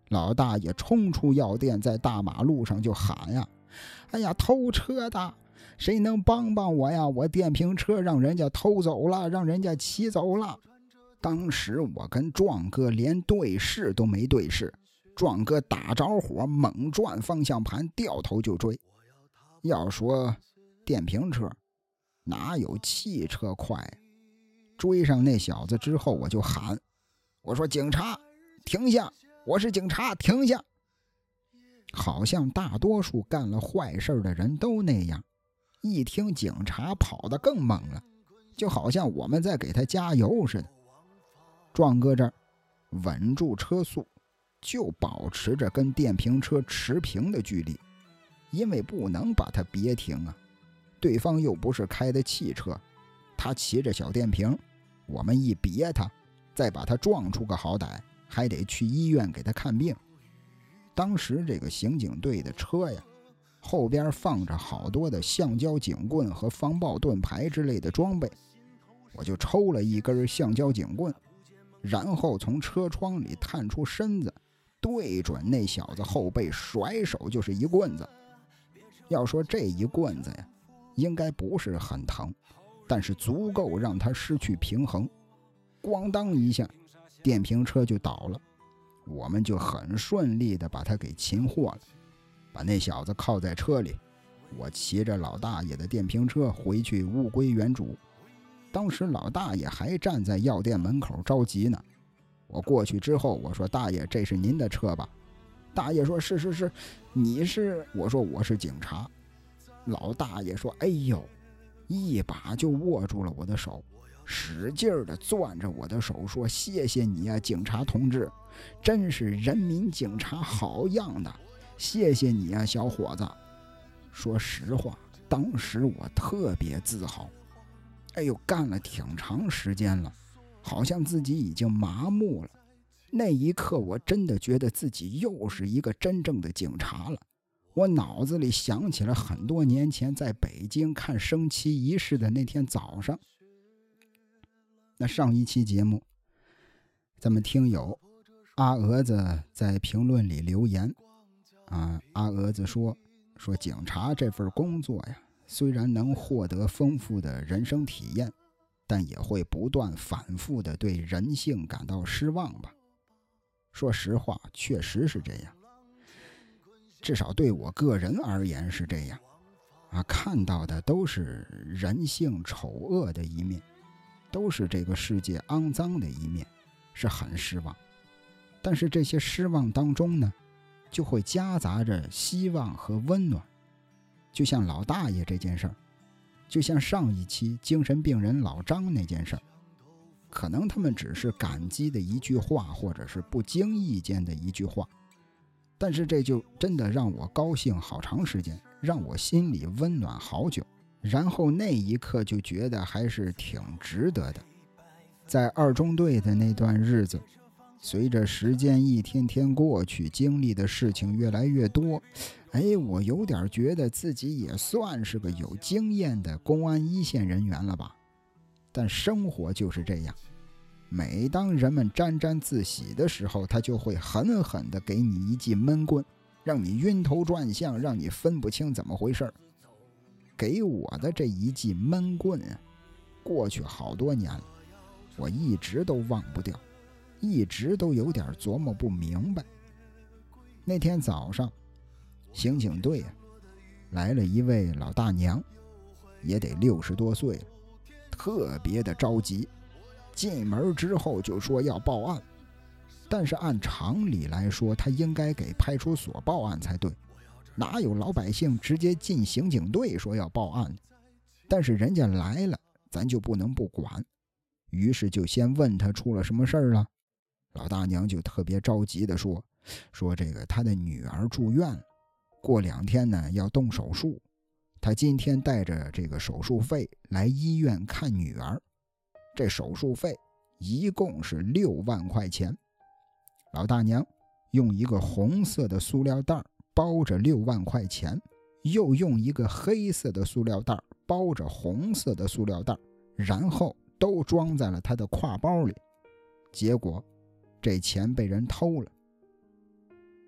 老大爷冲出药店，在大马路上就喊呀：哎呀，偷车的，谁能帮帮我呀？我电瓶车让人家偷走了，让人家骑走了。当时我跟壮哥连对视都没对视，壮哥打着火猛转方向盘，掉头就追。要说电瓶车哪有汽车快？追上那小子之后，我就喊，我说警察停下，我是警察，停下。好像大多数干了坏事的人都那样，一听警察跑得更猛了，就好像我们在给他加油似的。壮哥这儿稳住车速，就保持着跟电瓶车持平的距离，因为不能把它别停啊。对方又不是开的汽车，他骑着小电瓶，我们一别他，再把他撞出个好歹，还得去医院给他看病。当时这个刑警队的车呀，后边放着好多的橡胶警棍和防爆盾牌之类的装备，我就抽了一根橡胶警棍，然后从车窗里探出身子，对准那小子后背甩手就是一棍子。要说这一棍子呀，应该不是很疼，但是足够让他失去平衡，咣当一下，电瓶车就倒了。我们就很顺利地把他给擒获了，把那小子铐在车里。我骑着老大爷的电瓶车回去物归原主。当时老大爷还站在药店门口着急呢。我过去之后，我说大爷，这是您的车吧？大爷说是，你是？我说我是警察。老大爷说哎呦，一把就握住了我的手，使劲地攥着我的手说，谢谢你呀，警察同志，真是人民警察好样的，谢谢你呀，小伙子。说实话，当时我特别自豪。哎呦，干了挺长时间了，好像自己已经麻木了。那一刻我真的觉得自己又是一个真正的警察了。我脑子里想起了很多年前在北京看升旗仪式的那天早上。那上一期节目，咱们听友阿蛾子在评论里留言阿蛾子说警察这份工作呀，虽然能获得丰富的人生体验，但也会不断反复的对人性感到失望吧。说实话，确实是这样，至少对我个人而言是这样看到的都是人性丑恶的一面，都是这个世界肮脏的一面，是很失望。但是这些失望当中呢，就会夹杂着希望和温暖。就像老大爷这件事儿，就像上一期精神病人老张那件事儿，可能他们只是感激的一句话，或者是不经意间的一句话，但是这就真的让我高兴好长时间，让我心里温暖好久，然后那一刻就觉得还是挺值得的。在二中队的那段日子，随着时间一天天过去，经历的事情越来越多，我有点觉得自己也算是个有经验的公安一线人员了吧。但生活就是这样，每当人们沾沾自喜的时候，他就会狠狠地给你一记闷棍，让你晕头转向，让你分不清怎么回事。给我的这一记闷棍过去好多年了，我一直都忘不掉，一直都有点琢磨不明白。那天早上，刑警队来了一位老大娘，也得60多岁了，特别的着急。进门之后就说要报案，但是按常理来说，他应该给派出所报案才对，哪有老百姓直接进刑警队说要报案？但是人家来了，咱就不能不管。于是就先问他出了什么事儿了。老大娘就特别着急的说这个他的女儿住院了，过2天呢要动手术，他今天带着这个手术费来医院看女儿，这手术费一共是6万块钱。老大娘用一个红色的塑料袋包着6万块钱，又用一个黑色的塑料袋包着红色的塑料袋，然后都装在了他的挎包里。结果这钱被人偷了。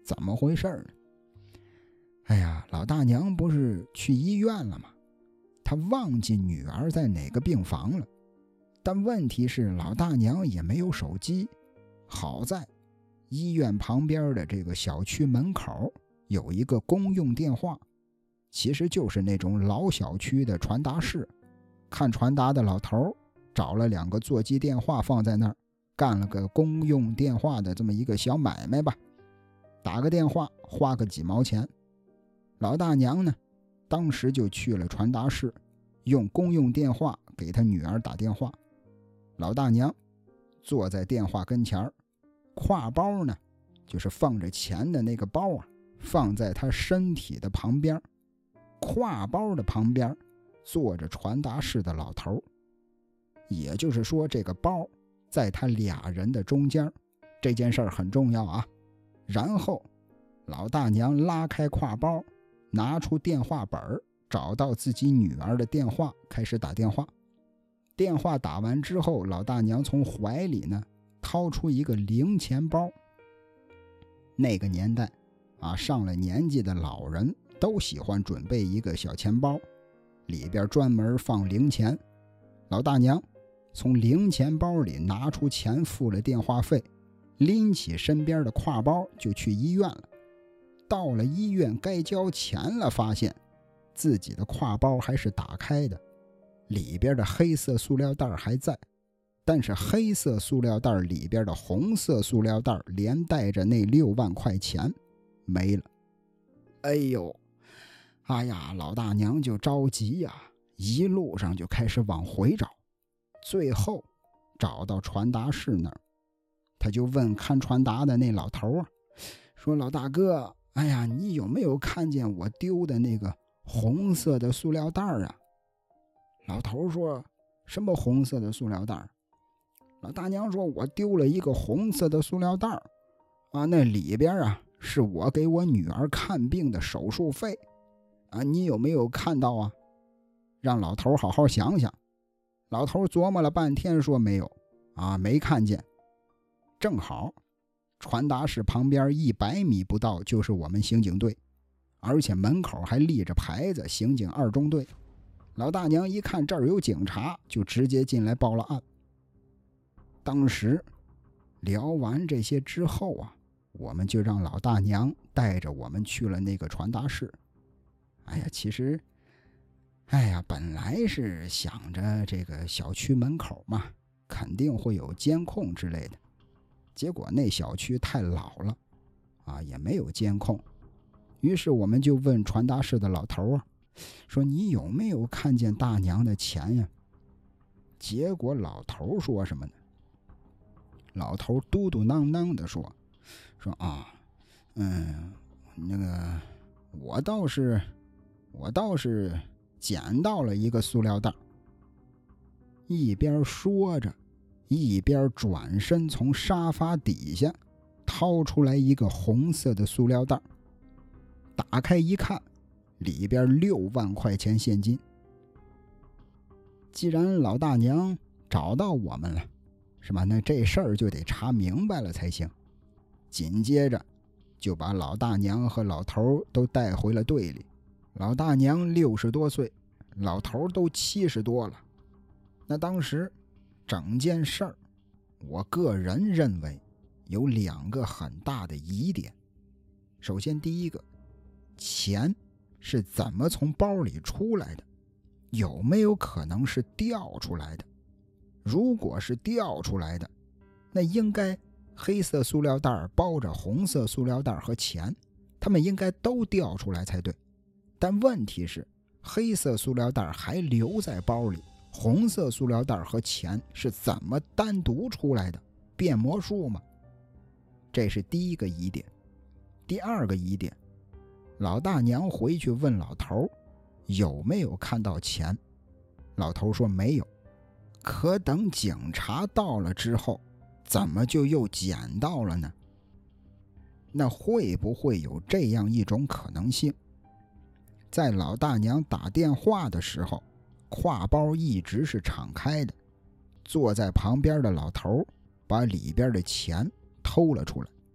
怎么回事呢？哎呀，老大娘不是去医院了吗？她忘记女儿在哪个病房了。但问题是老大娘也没有手机，好在医院旁边的这个小区门口有一个公用电话，其实就是那种老小区的传达室。看传达的老头找了2个座机电话放在那儿，干了个公用电话的这么一个小买卖吧。打个电话花个几毛钱。老大娘呢，当时就去了传达室，用公用电话给她女儿打电话。老大娘坐在电话跟前，挎包呢，就是放着钱的那个包啊，放在她身体的旁边。挎包的旁边坐着传达室的老头，也就是说这个包在他俩人的中间，这件事儿很重要啊。然后老大娘拉开挎包，拿出电话本，找到自己女儿的电话，开始打电话。电话打完之后，老大娘从怀里呢掏出一个零钱包。那个年代啊，上了年纪的老人都喜欢准备一个小钱包，里边专门放零钱。老大娘从零钱包里拿出钱，付了电话费，拎起身边的挎包就去医院了。到了医院该交钱了，发现自己的挎包还是打开的，里边的黑色塑料袋还在，但是黑色塑料袋里边的红色塑料袋连带着那6万块钱没了。哎呦，哎呀，老大娘就着急呀，一路上就开始往回找。最后找到传达室那儿，他就问看传达的那老头啊，说老大哥，哎呀，你有没有看见我丢的那个红色的塑料袋啊？老头说，什么红色的塑料袋？老大娘说，我丢了一个红色的塑料袋啊，那里边啊是我给我女儿看病的手术费啊，你有没有看到啊？让老头好好想想。老头琢磨了半天说没有啊，没看见。正好传达室旁边100米不到就是我们刑警队，而且门口还立着牌子刑警2中队。老大娘一看这儿有警察，就直接进来报了案。当时聊完这些之后啊，我们就让老大娘带着我们去了那个传达室。哎呀，其实本来是想着这个小区门口嘛，肯定会有监控之类的，结果那小区太老了啊，也没有监控。于是我们就问传达室的老头啊，说你有没有看见大娘的钱呀？结果老头说什么呢？老头嘟嘟囔囔的说啊，那个我倒是捡到了一个塑料袋。一边说着，一边转身从沙发底下掏出来一个红色的塑料袋，打开一看，里边6万块钱现金。既然老大娘找到我们了，是吧？那这事儿就得查明白了才行。紧接着就把老大娘和老头都带回了队里。老大娘60多岁，老头都70多了。那当时整件事儿，我个人认为有2个很大的疑点。首先第一个，钱是怎么从包里出来的？有没有可能是掉出来的？如果是掉出来的，那应该黑色塑料袋包着红色塑料袋和钱，它们应该都掉出来才对。但问题是，黑色塑料袋还留在包里，红色塑料袋和钱是怎么单独出来的？变魔术吗？这是第一个疑点。第二个疑点，老大娘回去问老头有没有看到钱，老头说没有。可等警察到了之后，怎么就又捡到了呢？那会不会有这样一种可能性，在老大娘打电话的时候，挎包一直是敞开的，坐在旁边的老头把里边的钱偷了出来，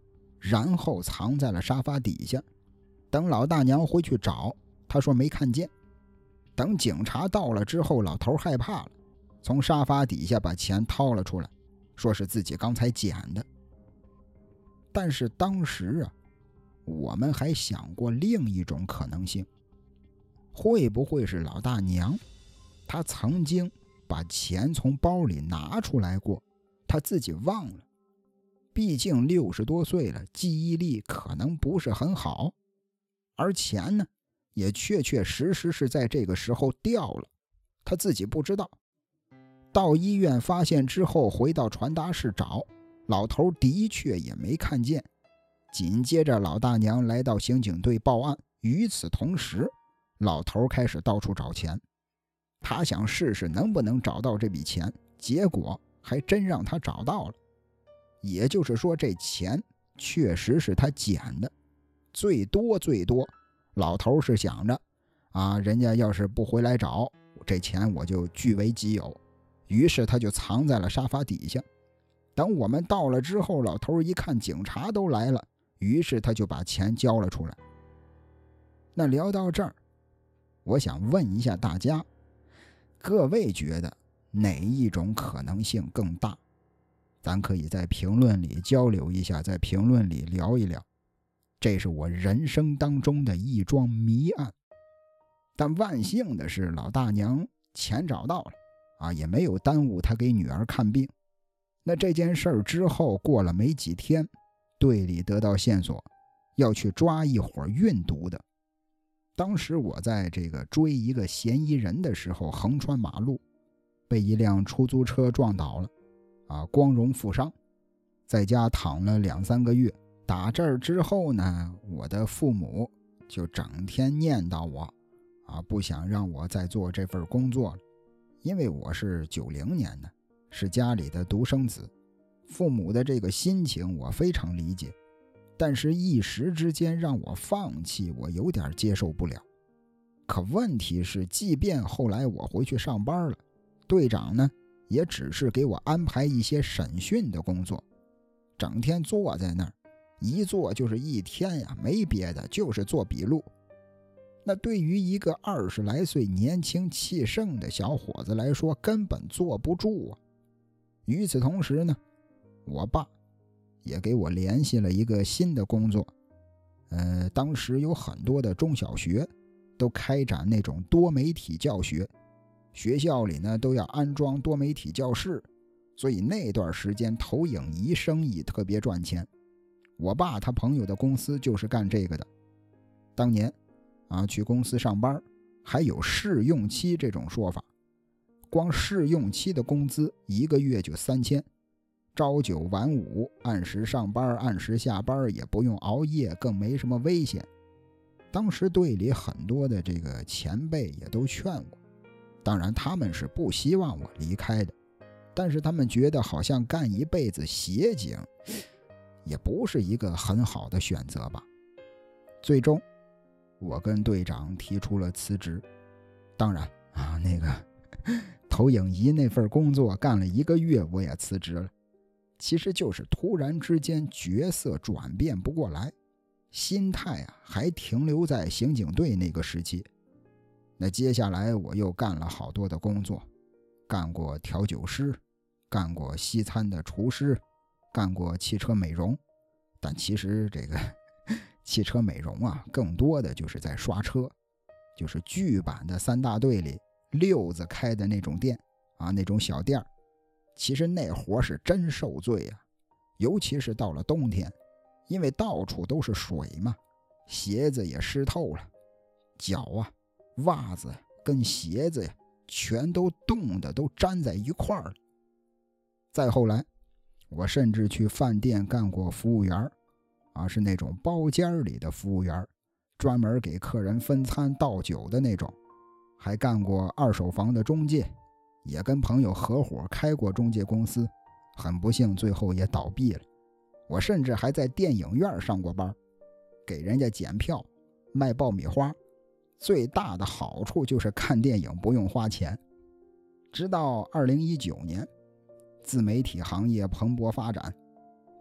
然后藏在了沙发底下。等老大娘回去找，她说没看见。等警察到了之后，老头害怕了，从沙发底下把钱掏了出来，说是自己刚才捡的。但是当时啊，我们还想过另一种可能性，会不会是老大娘她曾经把钱从包里拿出来过，她自己忘了。毕竟60多岁了，记忆力可能不是很好，而钱呢也确确实实是在这个时候掉了，她自己不知道。到医院发现之后，回到传达室找，老头的确也没看见。紧接着老大娘来到刑警队报案，与此同时老头开始到处找钱，他想试试能不能找到这笔钱，结果还真让他找到了。也就是说，这钱确实是他捡的，最多老头是想着人家要是不回来找，这钱我就据为己有，于是他就藏在了沙发底下。等我们到了之后，老头一看警察都来了，于是他就把钱交了出来。那聊到这儿，我想问一下大家，各位觉得哪一种可能性更大？咱可以在评论里交流一下，在评论里聊一聊。这是我人生当中的一桩谜案。但万幸的是，老大娘钱找到了也没有耽误她给女儿看病。那这件事儿之后过了没几天，队里得到线索，要去抓一伙运毒的。当时我在这个追一个嫌疑人的时候，横穿马路，被一辆出租车撞倒了光荣负伤，在家躺了2-3个月。打这儿之后呢，我的父母就整天念叨我不想让我再做这份工作了。因为我是90年的，是家里的独生子，父母的这个心情我非常理解，但是一时之间让我放弃，我有点接受不了。可问题是，即便后来我回去上班了，队长呢也只是给我安排一些审讯的工作，整天坐在那儿，一坐就是一天呀，没别的，就是做笔录。那对于一个20来岁年轻气盛的小伙子来说，根本坐不住与此同时呢，我爸也给我联系了一个新的工作。当时有很多的中小学都开展那种多媒体教学，学校里呢都要安装多媒体教室，所以那段时间投影仪生意特别赚钱。我爸他朋友的公司就是干这个的。当年去公司上班还有试用期这种说法，光试用期的工资1个月就3000，朝9晚5，按时上班按时下班，也不用熬夜，更没什么危险。当时队里很多的这个前辈也都劝我，当然他们是不希望我离开的，但是他们觉得好像干一辈子协警也不是一个很好的选择吧。最终我跟队长提出了辞职。当然那个投影仪那份工作干了1个月我也辞职了，其实就是突然之间角色转变不过来，心态还停留在刑警队那个时期。那接下来我又干了好多的工作，干过调酒师，干过西餐的厨师，干过汽车美容。但其实这个汽车美容更多的就是在刷车，就是剧版的3大队里6子开的那种店那种小店。其实那活是真受罪尤其是到了冬天，因为到处都是水嘛，鞋子也湿透了，脚袜子跟鞋子全都冻得都粘在一块儿了。再后来我甚至去饭店干过服务员是那种包间里的服务员，专门给客人分餐倒酒的那种。还干过二手房的中介，也跟朋友合伙开过中介公司，很不幸最后也倒闭了。我甚至还在电影院上过班，给人家检票卖爆米花，最大的好处就是看电影不用花钱。直到2019年自媒体行业蓬勃发展，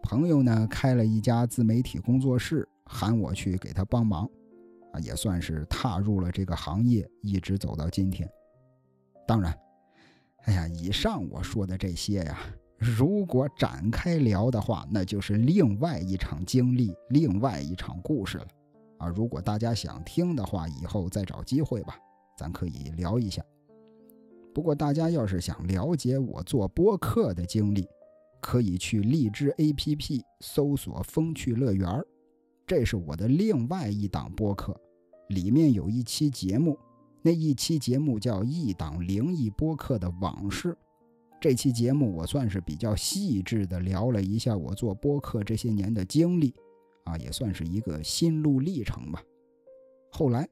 朋友呢开了一家自媒体工作室，喊我去给他帮忙，也算是踏入了这个行业，一直走到今天。当然，以上我说的这些呀，如果展开聊的话，那就是另外一场经历，另外一场故事了。如果大家想听的话，以后再找机会吧，咱可以聊一下。不过大家要是想了解我做播客的经历，可以去荔枝 APP 搜索风趣乐园，这是我的另外一档播客，里面有一期节目，那一期节目叫一档灵异播客的往事。这期节目我算是比较细致的聊了一下我做播客这些年的经历，也算是一个心路历程吧。后来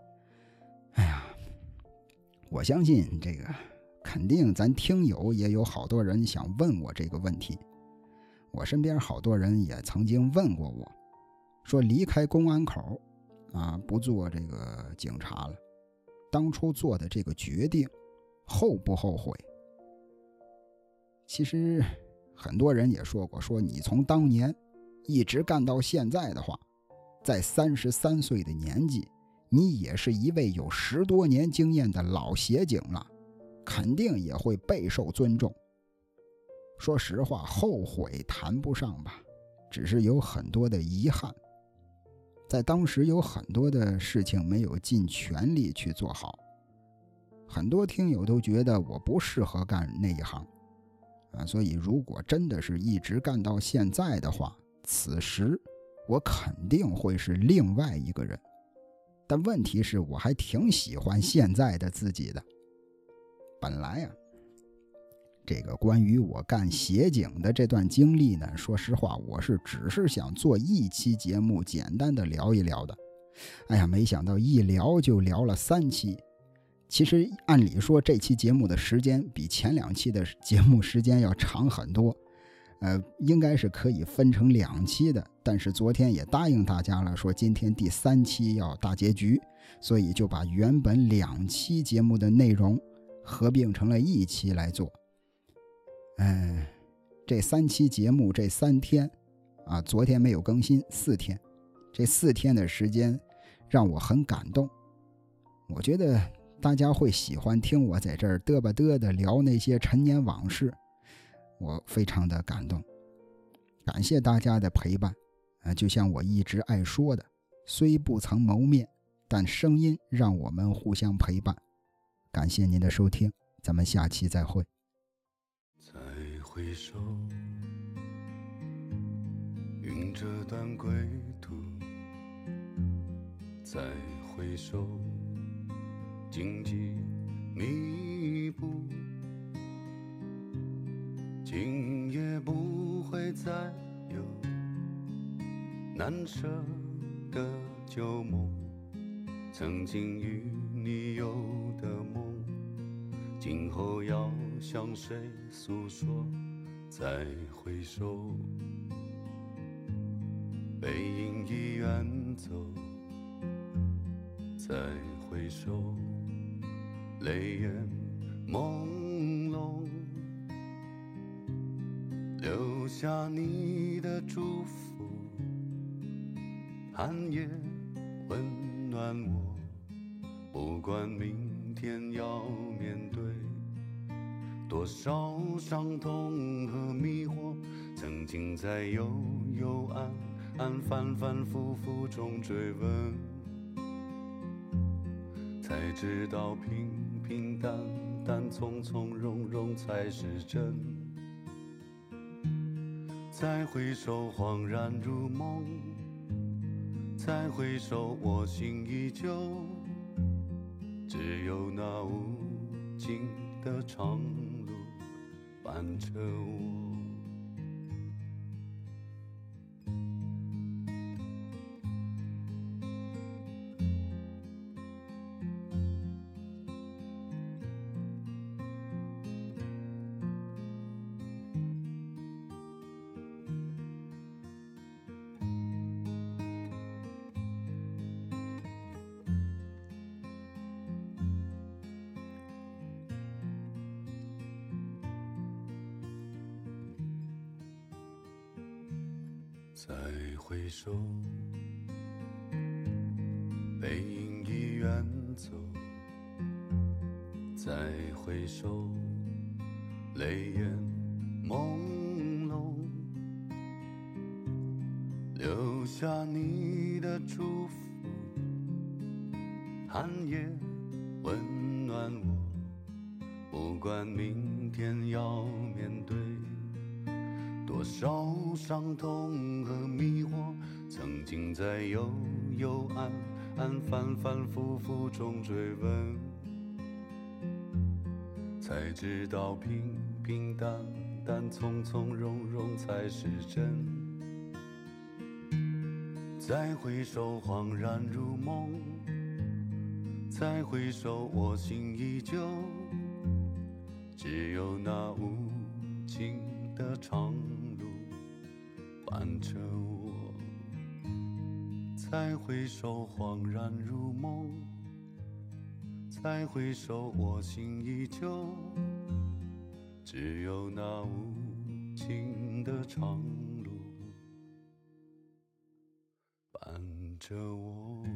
我相信这个肯定咱听友也有好多人想问我这个问题，我身边好多人也曾经问过我，说离开公安口不做这个警察了，当初做的这个决定后不后悔？其实很多人也说过，说你从当年一直干到现在的话，在33岁的年纪，你也是一位有10多年经验的老协警了，肯定也会备受尊重。说实话，后悔谈不上吧，只是有很多的遗憾，在当时有很多的事情没有尽全力去做好。很多听友都觉得我不适合干那一行所以如果真的是一直干到现在的话，此时我肯定会是另外一个人。但问题是我还挺喜欢现在的自己的。本来这个关于我干协警的这段经历呢，说实话我只是想做一期节目简单的聊一聊的。没想到一聊就聊了3期。其实按理说这期节目的时间比前2期的节目时间要长很多，应该是可以分成2期的，但是昨天也答应大家了，说今天第3期要大结局，所以就把原本2期节目的内容合并成了1期来做。这3期节目这3天昨天没有更新4天，这4天的时间让我很感动。我觉得大家会喜欢听我在这儿嘚吧嘚的聊那些陈年往事，我非常的感动。感谢大家的陪伴就像我一直爱说的，虽不曾谋面，但声音让我们互相陪伴。感谢您的收听，咱们下期再会。 再回首，云遮断归途，再回首，荆棘密布，今夜不会再有难舍的旧梦，曾经与你有的梦，今后要向谁诉说？再回首，背影已远走，再回首，泪眼朦胧，留下你的祝福，寒夜温暖我，不管明天要面对多少伤痛和迷惑，曾经在幽幽暗暗反反复复中追问，才知道平平淡淡从从容容才是真。再回首恍然如梦，再回首我心依旧，只有那无尽的长路伴着我。 再回首，背影已远走，再回首，泪眼朦胧，留下你的祝福，寒夜温暖我，不管明天要面对多少伤痛和迷惑，曾经在幽幽暗暗反反复复中追问，才知道平平淡淡从从容容才是真。再回首恍然如梦，再回首我心依旧，只有那无尽的长路伴着我。再回首恍然如梦，再回首我心依旧，只有那无尽的长路伴着我。